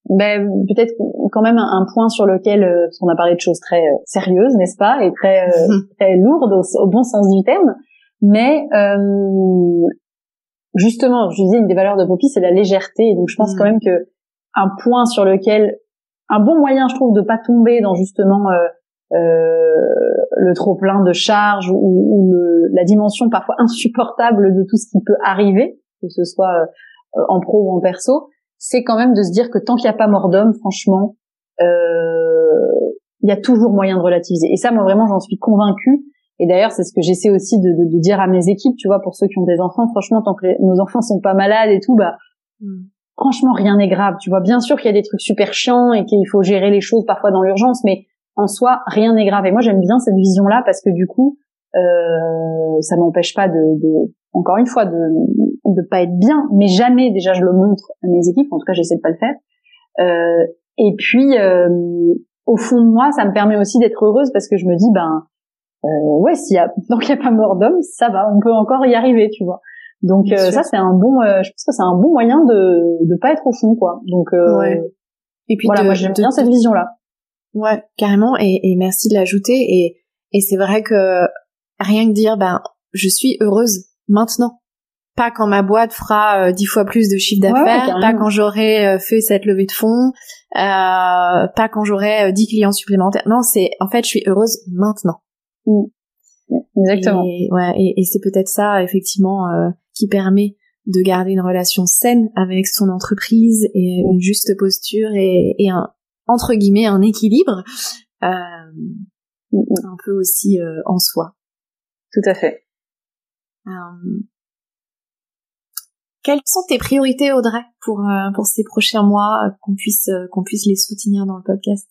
Speaker 2: Ben peut-être quand même un, un point sur lequel, euh, parce qu'on a parlé de choses très euh, sérieuses, n'est-ce pas, et très euh, très lourdes au, au bon sens du terme, mais euh, justement, je disais, une des valeurs de Poppy, c'est la légèreté, et donc je pense mmh. quand même que un point sur lequel, un bon moyen, je trouve, de pas tomber dans justement euh, euh, le trop plein de charges ou, ou le, la dimension parfois insupportable de tout ce qui peut arriver, que ce soit euh, en pro ou en perso, c'est quand même de se dire que tant qu'il n'y a pas mort d'homme, franchement, euh, il y a toujours moyen de relativiser. Et ça, moi, vraiment, j'en suis convaincue. Et d'ailleurs, c'est ce que j'essaie aussi de, de, de dire à mes équipes, tu vois, pour ceux qui ont des enfants. Franchement, tant que les, nos enfants sont pas malades et tout, bah, mm. franchement, rien n'est grave. Tu vois, bien sûr qu'il y a des trucs super chiants et qu'il faut gérer les choses parfois dans l'urgence, mais en soi, rien n'est grave. Et moi, j'aime bien cette vision-là parce que du coup, euh, ça m'empêche pas de, de encore une fois, de de pas être bien, mais jamais, déjà, je le montre à mes équipes, en tout cas, j'essaie de pas le faire. Euh, et puis, euh, au fond de moi, ça me permet aussi d'être heureuse parce que je me dis, ben, euh, ouais, s'il y a, tant qu'il y a pas mort d'homme, ça va, on peut encore y arriver, tu vois. Donc, euh, ça, c'est un bon, euh, je pense que c'est un bon moyen de de pas être au fond, quoi. Donc, euh, ouais. Et puis, voilà, de, moi, j'aime de, bien de... cette vision-là.
Speaker 1: Ouais, carrément, et, et merci de l'ajouter, et, et c'est vrai que rien que dire, ben, je suis heureuse maintenant. Pas quand ma boîte fera euh, dix fois plus de chiffre d'affaires, ouais, pas quand j'aurai euh, fait cette levée de fonds, euh, pas quand j'aurai euh, dix clients supplémentaires. Non, c'est, en fait, je suis heureuse maintenant.
Speaker 2: Mmh. Exactement.
Speaker 1: Et, ouais, et, et c'est peut-être ça, effectivement, euh, qui permet de garder une relation saine avec son entreprise et une juste posture et, et un, entre guillemets, un équilibre, euh, mmh. un peu aussi euh, en soi.
Speaker 2: Tout à fait.
Speaker 1: Euh, Quelles sont tes priorités, Audrey, pour euh, pour ces prochains mois, euh, qu'on puisse euh, qu'on puisse les soutenir dans le podcast?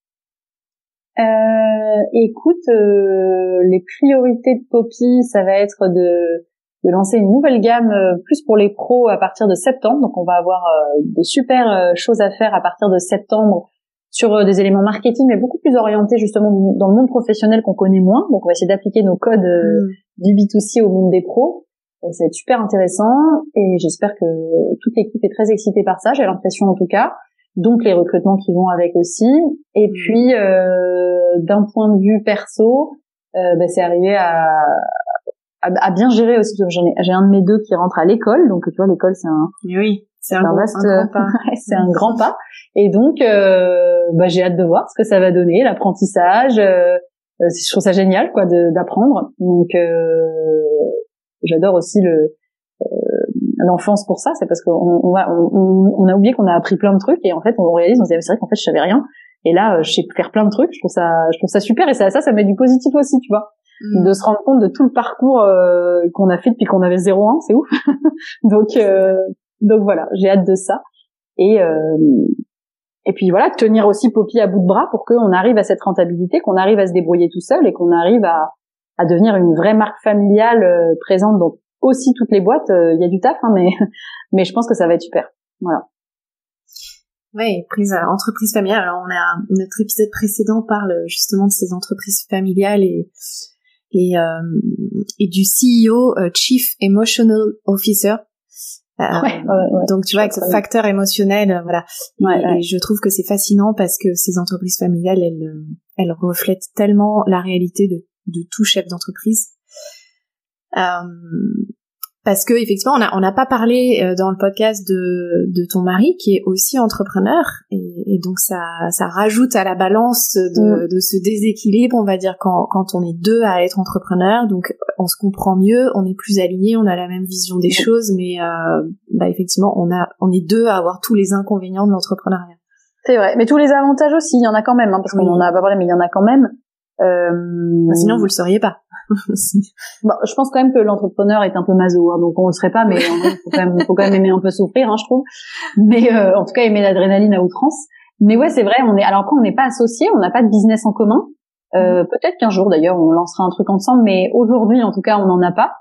Speaker 2: Euh, écoute, euh, les priorités de Poppy, ça va être de de lancer une nouvelle gamme euh, plus pour les pros à partir de septembre. Donc, on va avoir euh, de super euh, choses à faire à partir de septembre sur euh, des éléments marketing, mais beaucoup plus orientés justement dans le monde professionnel qu'on connaît moins. Donc, on va essayer d'appliquer nos codes euh, mmh. du B deux C au monde des pros. Ça va être super intéressant et j'espère que toute l'équipe est très excitée par ça, j'ai l'impression en tout cas. Donc les recrutements qui vont avec aussi. Et puis euh, d'un point de vue perso, euh, bah, c'est arrivé à, à, à bien gérer aussi. J'en ai, j'ai un de mes deux qui rentre à l'école, donc tu vois l'école c'est un,
Speaker 1: oui, c'est un,
Speaker 2: un,
Speaker 1: gros,
Speaker 2: vaste,
Speaker 1: un grand pas.
Speaker 2: c'est un grand pas. Et donc euh, bah, j'ai hâte de voir ce que ça va donner, l'apprentissage. Euh, je trouve ça génial quoi de, d'apprendre. Donc euh, j'adore aussi le euh, l'enfance pour ça, c'est parce qu'on on, on, on a oublié qu'on a appris plein de trucs et en fait on réalise, on se dit c'est vrai qu'en fait je savais rien et là je sais faire plein de trucs, je trouve ça je trouve ça super et ça ça ça met du positif aussi, tu vois, mmh. de se rendre compte de tout le parcours euh, qu'on a fait depuis qu'on avait zéro un, c'est ouf. donc euh, donc voilà, j'ai hâte de ça et euh, et puis voilà, tenir aussi Poppy à bout de bras pour qu'on arrive à cette rentabilité, qu'on arrive à se débrouiller tout seul et qu'on arrive à à devenir une vraie marque familiale euh, présente dans aussi toutes les boîtes. Il euh, y a du taf, hein, mais mais je pense que ça va être super. Voilà.
Speaker 1: Ouais, prise euh, entreprise familiale. Alors on a notre épisode précédent parle justement de ces entreprises familiales et et euh, et du C E O euh, Chief Emotional Officer. Euh,
Speaker 2: ouais, ouais, ouais.
Speaker 1: Donc tu vois, avec ce facteur émotionnel, euh, voilà.
Speaker 2: Ouais,
Speaker 1: et,
Speaker 2: ouais.
Speaker 1: et je trouve que c'est fascinant parce que ces entreprises familiales, elles elles reflètent tellement la réalité de de tout chef d'entreprise. Euh, parce que effectivement, on a on n'a pas parlé euh, dans le podcast de de ton mari qui est aussi entrepreneur et, et donc ça ça rajoute à la balance de mmh. de ce déséquilibre, on va dire quand quand on est deux à être entrepreneur, donc on se comprend mieux, on est plus alignés, on a la même vision des mmh. choses, mais euh, bah effectivement, on a on est deux à avoir tous les inconvénients de l'entrepreneuriat.
Speaker 2: C'est vrai, mais tous les avantages aussi, il y en a quand même, hein, parce oui. qu'on en a pas parlé, mais il y en a quand même.
Speaker 1: Euh... Sinon, vous le sauriez pas.
Speaker 2: Bon, je pense quand même que l'entrepreneur est un peu maso, hein, donc on le serait pas, mais il faut quand même, faut quand même aimer un peu souffrir, hein, je trouve. Mais euh, en tout cas, aimer l'adrénaline à outrance. Mais ouais, c'est vrai. On est alors après, on n'est pas associés, on n'a pas de business en commun. Euh, mmh. Peut-être qu'un jour, d'ailleurs, on lancera un truc ensemble, mais aujourd'hui, en tout cas, on n'en a pas.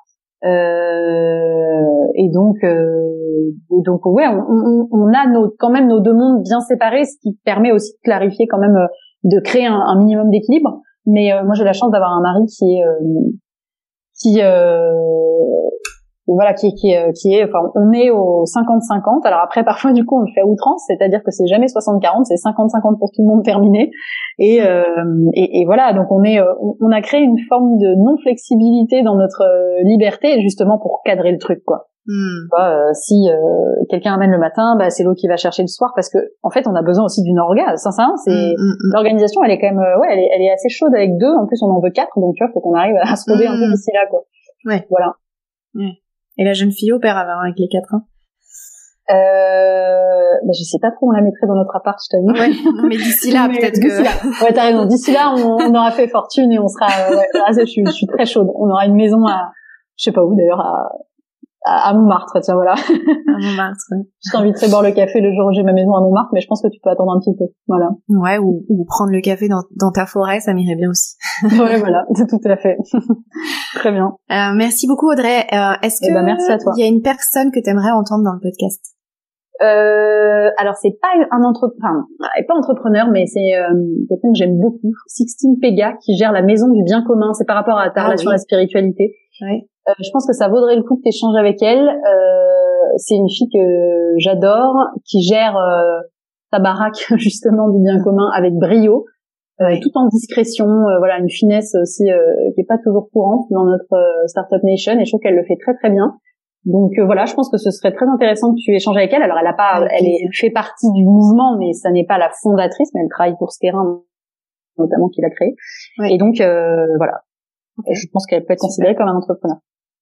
Speaker 2: Euh, et donc, euh, et donc, ouais, on, on, on a nos, quand même nos deux mondes bien séparés, ce qui permet aussi de clarifier quand même, euh, de créer un, un minimum d'équilibre. Mais euh, moi j'ai la chance d'avoir un mari qui est euh, qui euh, voilà, qui, qui, qui est, enfin, on est au cinquante cinquante. Alors après, parfois, du coup, on le fait à outrance, c'est-à-dire que c'est jamais soixante quarante, c'est cinquante cinquante pour tout le monde terminé. Et, euh, et, et voilà, donc on est, on a créé une forme de non-flexibilité dans notre liberté, justement pour cadrer le truc, quoi.
Speaker 1: Mm.
Speaker 2: Bah, euh, si euh, quelqu'un amène le matin, bah, c'est l'autre qui va chercher le soir, parce que en fait, on a besoin aussi d'une orga. Sincèrement, c'est
Speaker 1: mm, mm,
Speaker 2: l'organisation, elle est quand même, euh, ouais, elle est, elle est assez chaude avec deux. En plus, on en veut quatre, donc tu vois, faut qu'on arrive à se roder mm. un peu d'ici là, quoi.
Speaker 1: Ouais.
Speaker 2: Voilà.
Speaker 1: Ouais. Et la jeune fille au père alors avec les quatre, hein.
Speaker 2: Euh, bah, je sais pas trop, on la mettrait dans notre appart, je t'avoue.
Speaker 1: Ouais, non, mais d'ici là, mais peut-être que...
Speaker 2: Là. Ouais, t'as raison. D'ici là, on, on aura fait fortune et on sera, euh, ouais, là, je suis, je suis très chaude. On aura une maison à, je sais pas où d'ailleurs, à, à, à Montmartre, tiens, voilà.
Speaker 1: À Montmartre, ouais.
Speaker 2: Je t'inviterai boire le café le jour où j'ai ma maison à Montmartre, mais je pense que tu peux attendre un petit peu. Voilà.
Speaker 1: Ouais, ou, ou prendre le café dans, dans ta forêt, ça m'irait bien aussi.
Speaker 2: Ouais, voilà, tout à fait. Très bien.
Speaker 1: Euh, merci beaucoup, Audrey. Euh, est-ce que,
Speaker 2: eh ben, merci à toi.
Speaker 1: Il y a une personne que t'aimerais entendre dans le podcast?
Speaker 2: Euh, alors c'est pas un entrepreneur, enfin, pas entrepreneur, mais c'est euh, quelqu'un que j'aime beaucoup, Sixtine Pega, qui gère la maison du bien commun. C'est par rapport à ta ah, relation oui. à la spiritualité.
Speaker 1: Oui.
Speaker 2: Euh, je pense que ça vaudrait le coup que tu échanges avec elle. Euh, c'est une fille que j'adore, qui gère euh, sa baraque justement du bien commun avec brio, euh, oui. tout en discrétion. Euh, voilà, une finesse aussi euh, qui est pas toujours courante dans notre euh, Startup Nation, et je trouve qu'elle le fait très très bien. Donc euh, voilà, je pense que ce serait très intéressant que tu échanges avec elle. Alors elle a pas, okay. elle, est, elle fait partie du mouvement, mais ça n'est pas la fondatrice, mais elle travaille pour Skerin, notamment, qui l'a créé. Oui. Et donc euh, voilà, okay. je pense qu'elle peut être considérée comme un entrepreneur.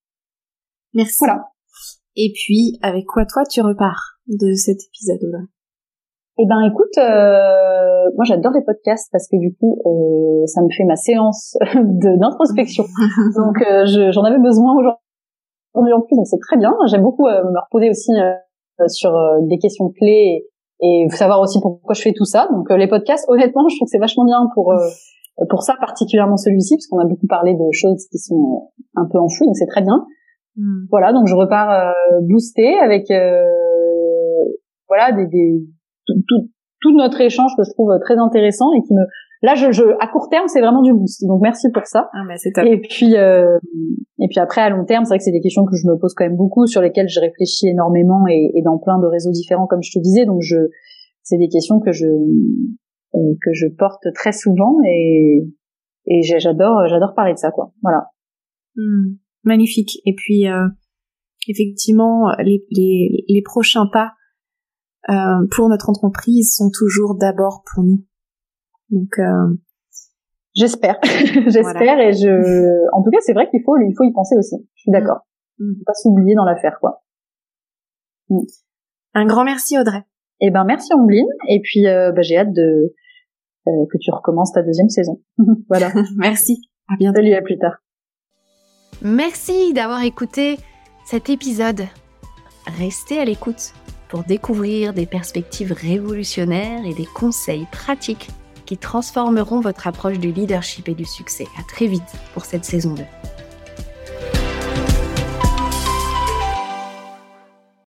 Speaker 1: Merci.
Speaker 2: Voilà.
Speaker 1: Et puis, avec quoi toi tu repars de cet épisode-là?
Speaker 2: Eh ben écoute, euh, moi j'adore les podcasts parce que du coup euh, ça me fait ma séance de d'introspection. Donc euh, je, j'en avais besoin aujourd'hui. En plus, donc c'est très bien. J'aime beaucoup euh, me reposer aussi euh, sur euh, des questions clés et, et savoir aussi pourquoi je fais tout ça. Donc euh, les podcasts, honnêtement, je trouve que c'est vachement bien pour euh, pour ça, particulièrement celui-ci, parce qu'on a beaucoup parlé de choses qui sont un peu enfouies, donc c'est très bien. Mm. Voilà, donc je repars euh, boostée avec euh, voilà des, des tout, tout, tout notre échange que je trouve très intéressant et qui me là je, je à court terme c'est vraiment du boost, donc merci pour ça.
Speaker 1: Ah bah c'est top.
Speaker 2: Et puis euh, et puis après à long terme c'est vrai que c'est des questions que je me pose quand même beaucoup, sur lesquelles je réfléchis énormément et, et dans plein de réseaux différents comme je te disais, donc je c'est des questions que je euh, que je porte très souvent et et j'adore j'adore parler de ça, quoi. Voilà.
Speaker 1: Mmh, magnifique. Et puis euh, effectivement les les les prochains pas euh, pour notre entreprise sont toujours d'abord pour nous. Donc euh,
Speaker 2: j'espère, j'espère voilà. Et je, en tout cas, c'est vrai qu'il faut, il faut y penser aussi. Je suis d'accord. Il mmh. faut pas s'oublier dans l'affaire, quoi.
Speaker 1: Mmh. Un grand merci, Audrey.
Speaker 2: Eh ben merci Ambline. Et puis euh, bah, j'ai hâte de euh, que tu recommences ta deuxième saison. Voilà.
Speaker 1: Merci. À bientôt.
Speaker 2: Salut, à plus tard.
Speaker 1: Merci d'avoir écouté cet épisode. Restez à l'écoute pour découvrir des perspectives révolutionnaires et des conseils pratiques qui transformeront votre approche du leadership et du succès. À très vite pour cette saison deux.